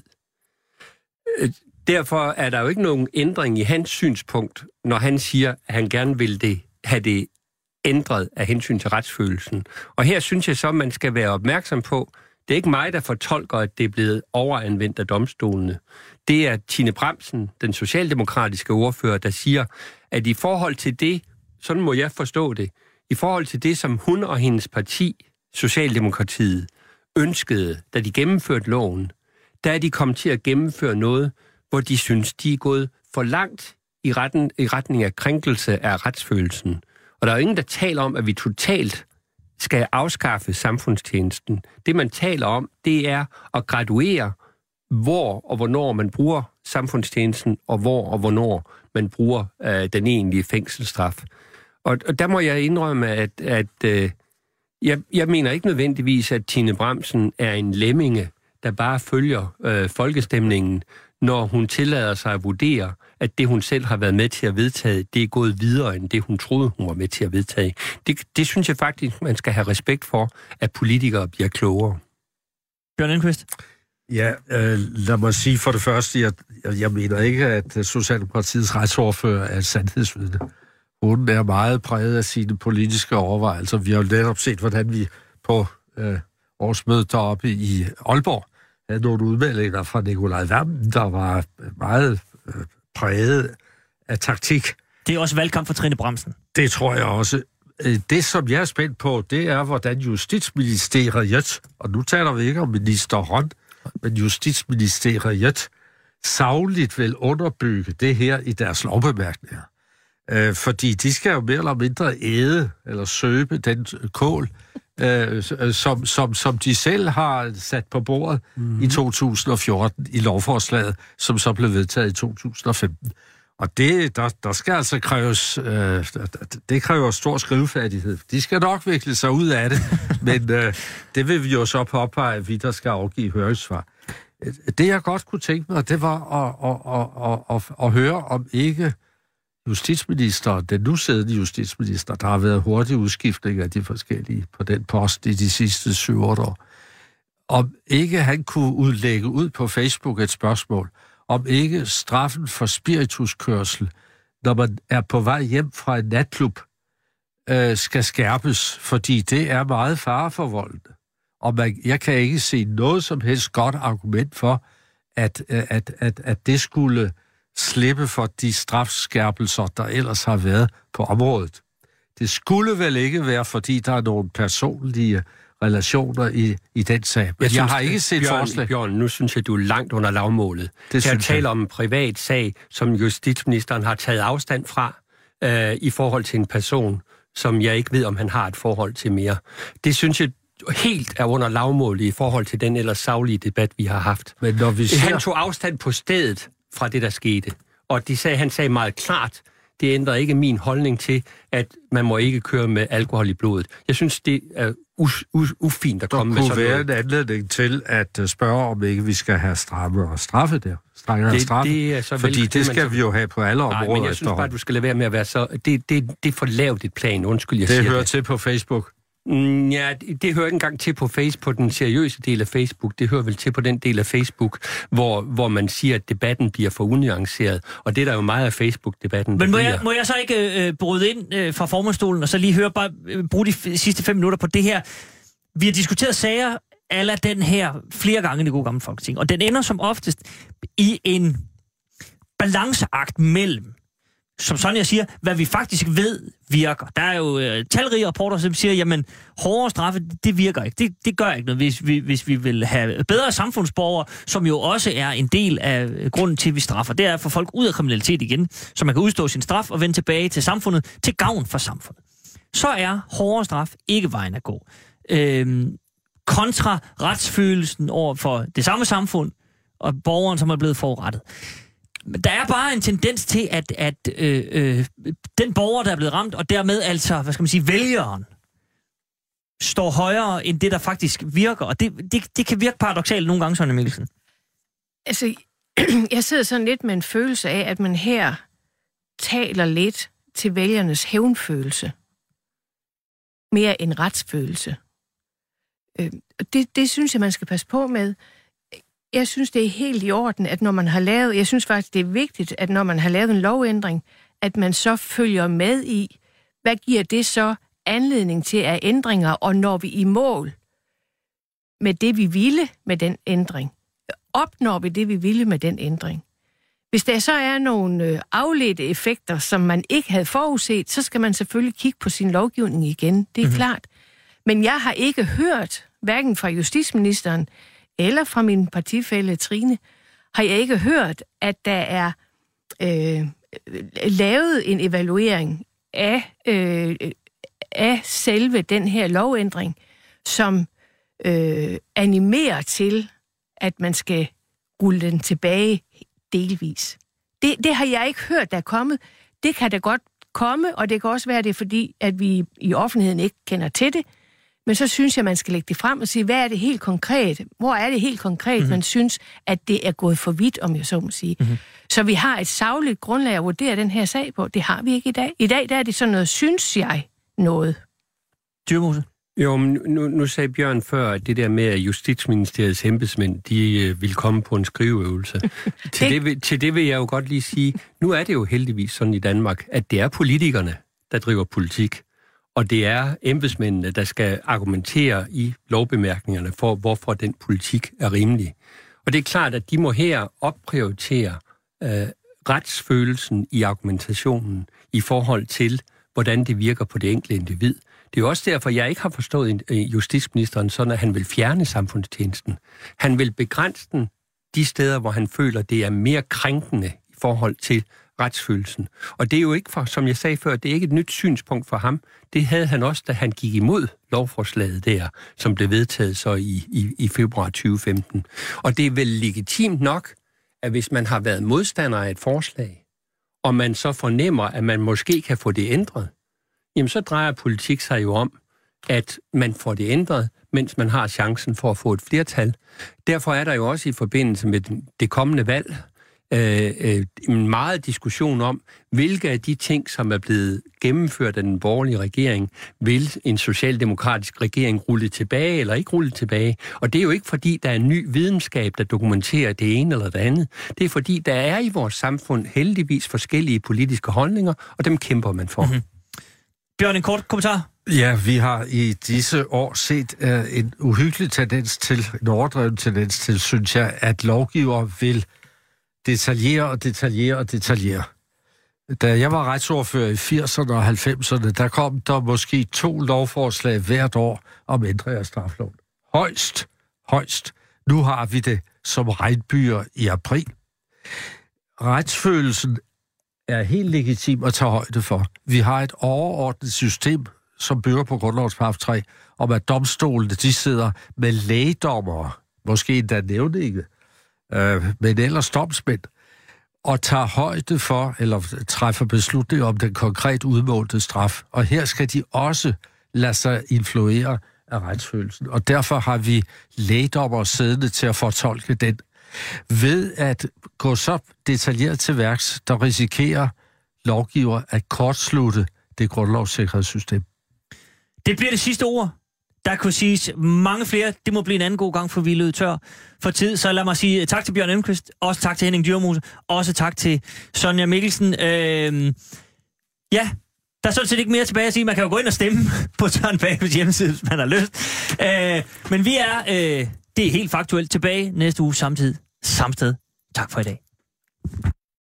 Derfor er der jo ikke nogen ændring i hans synspunkt, når han siger, at han gerne vil have det ændret af hensyn til retsfølelsen. Og her synes jeg så, at man skal være opmærksom på, det er ikke mig, der fortolker, at det er blevet overanvendt af domstolene. Det er Tine Bramsen, den socialdemokratiske ordfører, der siger, at i forhold til det, sådan må jeg forstå det, i forhold til det, som hun og hendes parti, Socialdemokratiet, ønskede, da de gennemførte loven, der er de kommet til at gennemføre noget, hvor de synes, de er gået for langt i retning af krænkelse af retsfølelsen. Og der er jo ingen, der taler om, at vi totalt skal afskaffe samfundstjenesten. Det, man taler om, det er at graduere, hvor og hvornår man bruger samfundstjenesten, og hvor og hvornår man bruger den egentlige fængselsstraf. Og der må jeg indrømme, at jeg mener ikke nødvendigvis, at Tine Bramsen er en lemminge, der bare følger folkestemningen, når hun tillader sig at vurdere, at det, hun selv har været med til at vedtage, det er gået videre, end det, hun troede, hun var med til at vedtage. Det synes jeg faktisk, man skal have respekt for, at politikere bliver klogere. Bjørn Elmquist? Ja, lad mig sige for det første, jeg mener ikke, at Socialdemokratiets retsordfører er sandhedsvidne. Hun er meget præget af sine politiske overvejelser. Vi har jo netop set, hvordan vi på årsmødet deroppe i Aalborg havde nogle udmeldinger fra Nikolaj Wammen, der var meget præget af taktik. Det er også valgkamp for Trine Bramsen. Det tror jeg også. Det, som jeg er spændt på, det er, hvordan Justitsministeriet, og nu taler vi ikke om minister Rønn, men Justitsministeriet sagligt vil underbygge det her i deres lovbemærkninger. Fordi de skal jo mere eller mindre æde eller søbe den kål, som de selv har sat på bordet i 2014 i lovforslaget, som så blev vedtaget i 2015. Og der skal altså kræves, det kræver stor skrivefærdighed. De skal nok vikle sig ud af det, men det vil vi jo så påpege, at vi der skal afgive høringssvar. Det jeg godt kunne tænke mig, det var at høre om ikke justitsminister, den nu siddende justitsminister, der har været hurtig udskiftning af de forskellige på den post i de sidste 7-8 år, om ikke han kunne lægge ud på Facebook et spørgsmål, om ikke straffen for spirituskørsel, når man er på vej hjem fra en natklub, skal skærpes, fordi det er meget fareforvoldende. Og jeg kan ikke se noget som helst godt argument for, at det skulle slippe for de strafskærpelser, der ellers har været på området. Det skulle vel ikke være, fordi der er nogle personlige relationer i den sag. Men jeg har ikke set forslag. Bjørn, nu synes jeg, du er langt under lavmålet. Jeg taler om en privat sag, som justitsministeren har taget afstand fra i forhold til en person, som jeg ikke ved, om han har et forhold til mere. Det synes jeg helt er under lavmålet i forhold til den ellers saglige debat, vi har haft. Men når vi Han tog afstand på stedet fra det, der skete. Og han sagde meget klart, det ændrer ikke min holdning til, at man må ikke køre med alkohol i blodet. Jeg synes, det er ufint at komme med sådan noget. Der kunne være en anledning til at spørge, om ikke vi skal have stramme straffe der. Strengere straffe. Det er så fordi det skal vi jo have på alle områder. Nej, men jeg synes bare, du skal lade være med at være så... Det er for lavt et plan, undskyld, jeg siger det. Det hører til på Facebook. Ja, det hører ikke engang til på Facebook, den seriøse del af Facebook. Det hører vel til på den del af Facebook, hvor man siger, at debatten bliver for unuanceret. Og det er der jo meget af Facebook-debatten. Men må jeg så ikke bryde ind fra formandsstolen, og så lige bruge de sidste 5 minutter på det her? Vi har diskuteret sager ala den her flere gange i det gode gamle Folketing, og den ender som oftest i en balanceakt mellem, som Sonja siger, hvad vi faktisk ved virker. Der er jo talrige rapporter, som siger, jamen, hårdere straffe, det virker ikke. Det gør ikke noget, hvis vi vil have bedre samfundsborgere, som jo også er en del af grunden til, at vi straffer. Det er at få folk ud af kriminalitet igen, så man kan udstå sin straf og vende tilbage til samfundet, til gavn for samfundet. Så er hårdere straf ikke vejen at gå. Kontra retsfølelsen over for det samme samfund og borgeren, som er blevet forurettet. Der er bare en tendens til, at den borger, der er blevet ramt, og dermed altså, hvad skal man sige, vælgeren, står højere end det, der faktisk virker. Og det kan virke paradoksalt nogle gange, Sonja Mikkelsen. Altså, jeg sidder sådan lidt med en følelse af, at man her taler lidt til vælgernes hævnfølelse. Mere end retsfølelse. Det synes jeg, man skal passe på med. Jeg synes, det er helt i orden, at når man har lavet... Jeg synes faktisk, det er vigtigt, at når man har lavet en lovændring, at man så følger med i, hvad giver det så anledning til af ændringer, og når vi i mål med det, vi ville med den ændring, opnår vi det, vi ville med den ændring. Hvis der så er nogle afledte effekter, som man ikke havde forudset, så skal man selvfølgelig kigge på sin lovgivning igen. Det er klart. Men jeg har ikke hørt, hverken fra justitsministeren eller fra min partifælle Trine, har jeg ikke hørt, at der er lavet en evaluering af selve den her lovændring, som animerer til, at man skal rulle den tilbage delvis. Det har jeg ikke hørt, der er kommet. Det kan da godt komme, og det kan også være det, fordi at vi i offentligheden ikke kender til det. Men så synes jeg, man skal lægge det frem og sige, hvad er det helt konkret? Hvor er det helt konkret, man synes, at det er gået for vidt, om jeg så må sige. Så vi har et sagligt grundlag at vurdere den her sag på. Det har vi ikke i dag. I dag der er det sådan noget, synes jeg, noget. Dyrmose? Jo, men nu sagde Bjørn før, at det der med, at Justitsministeriets embedsmænd, de vil komme på en skriveøvelse. Til det vil jeg jo godt lige sige, nu er det jo heldigvis sådan i Danmark, at det er politikerne, der driver politik. Og det er embedsmændene, der skal argumentere i lovbemærkningerne for, hvorfor den politik er rimelig. Og det er klart, at de må her opprioritere retsfølelsen i argumentationen i forhold til, hvordan det virker på det enkelte individ. Det er jo også derfor, jeg ikke har forstået justitsministeren sådan, at han vil fjerne samfundstjenesten. Han vil begrænse den de steder, hvor han føler, det er mere krænkende i forhold til retsfølelsen. Og det er jo ikke, som jeg sagde før, det er ikke et nyt synspunkt for ham. Det havde han også, da han gik imod lovforslaget der, som blev vedtaget så i februar 2015. Og det er vel legitimt nok, at hvis man har været modstander af et forslag, og man så fornemmer, at man måske kan få det ændret, jamen så drejer politik sig jo om, at man får det ændret, mens man har chancen for at få et flertal. Derfor er der jo også i forbindelse med det kommende valg en meget diskussion om, hvilke af de ting, som er blevet gennemført af den borgerlige regering, vil en socialdemokratisk regering rulle tilbage eller ikke rulle tilbage. Og det er jo ikke fordi, der er en ny videnskab, der dokumenterer det ene eller det andet. Det er fordi, der er i vores samfund heldigvis forskellige politiske holdninger, og dem kæmper man for. Bjørn, en kort kommentar? Ja, vi har i disse år set en uhyggelig tendens til, en overdreven tendens til, synes jeg, at lovgiver vil detaljere. Da jeg var retsordfører i 80'erne og 90'erne, der kom der måske 2 lovforslag hvert år om ændring af strafloven. Højst. Nu har vi det som regnbyer i april. Retsfølelsen er helt legitim at tage højde for. Vi har et overordnet system, som bygger på grundlovens paragraf 3, om at domstolene, de sidder med lægdommere, måske endda nævninge, men ellers domsmænd, og tager højde for, eller træffer beslutning om den konkret udmålte straf. Og her skal de også lade sig influere af retsfølelsen. Og derfor har vi lægdommere siddende til at fortolke den. Ved at gå så detaljeret til værks, der risikerer lovgiver at kortslutte det grundlovssikkerhedssystem. Det bliver det sidste ord. Der kunne siges mange flere. Det må blive en anden god gang, for vi lød tør for tid. Så lad mig sige tak til Bjørn Elmquist. Også tak til Henning Dyremose. Også tak til Sonja Mikkelsen. Ja, der er sådan set ikke mere tilbage at sige. Man kan jo gå ind og stemme på Søren Papes hjemmeside, hvis man har lyst. Men vi er, det er helt faktuelt, tilbage næste uge samtidig. Samme sted. Tak for i dag.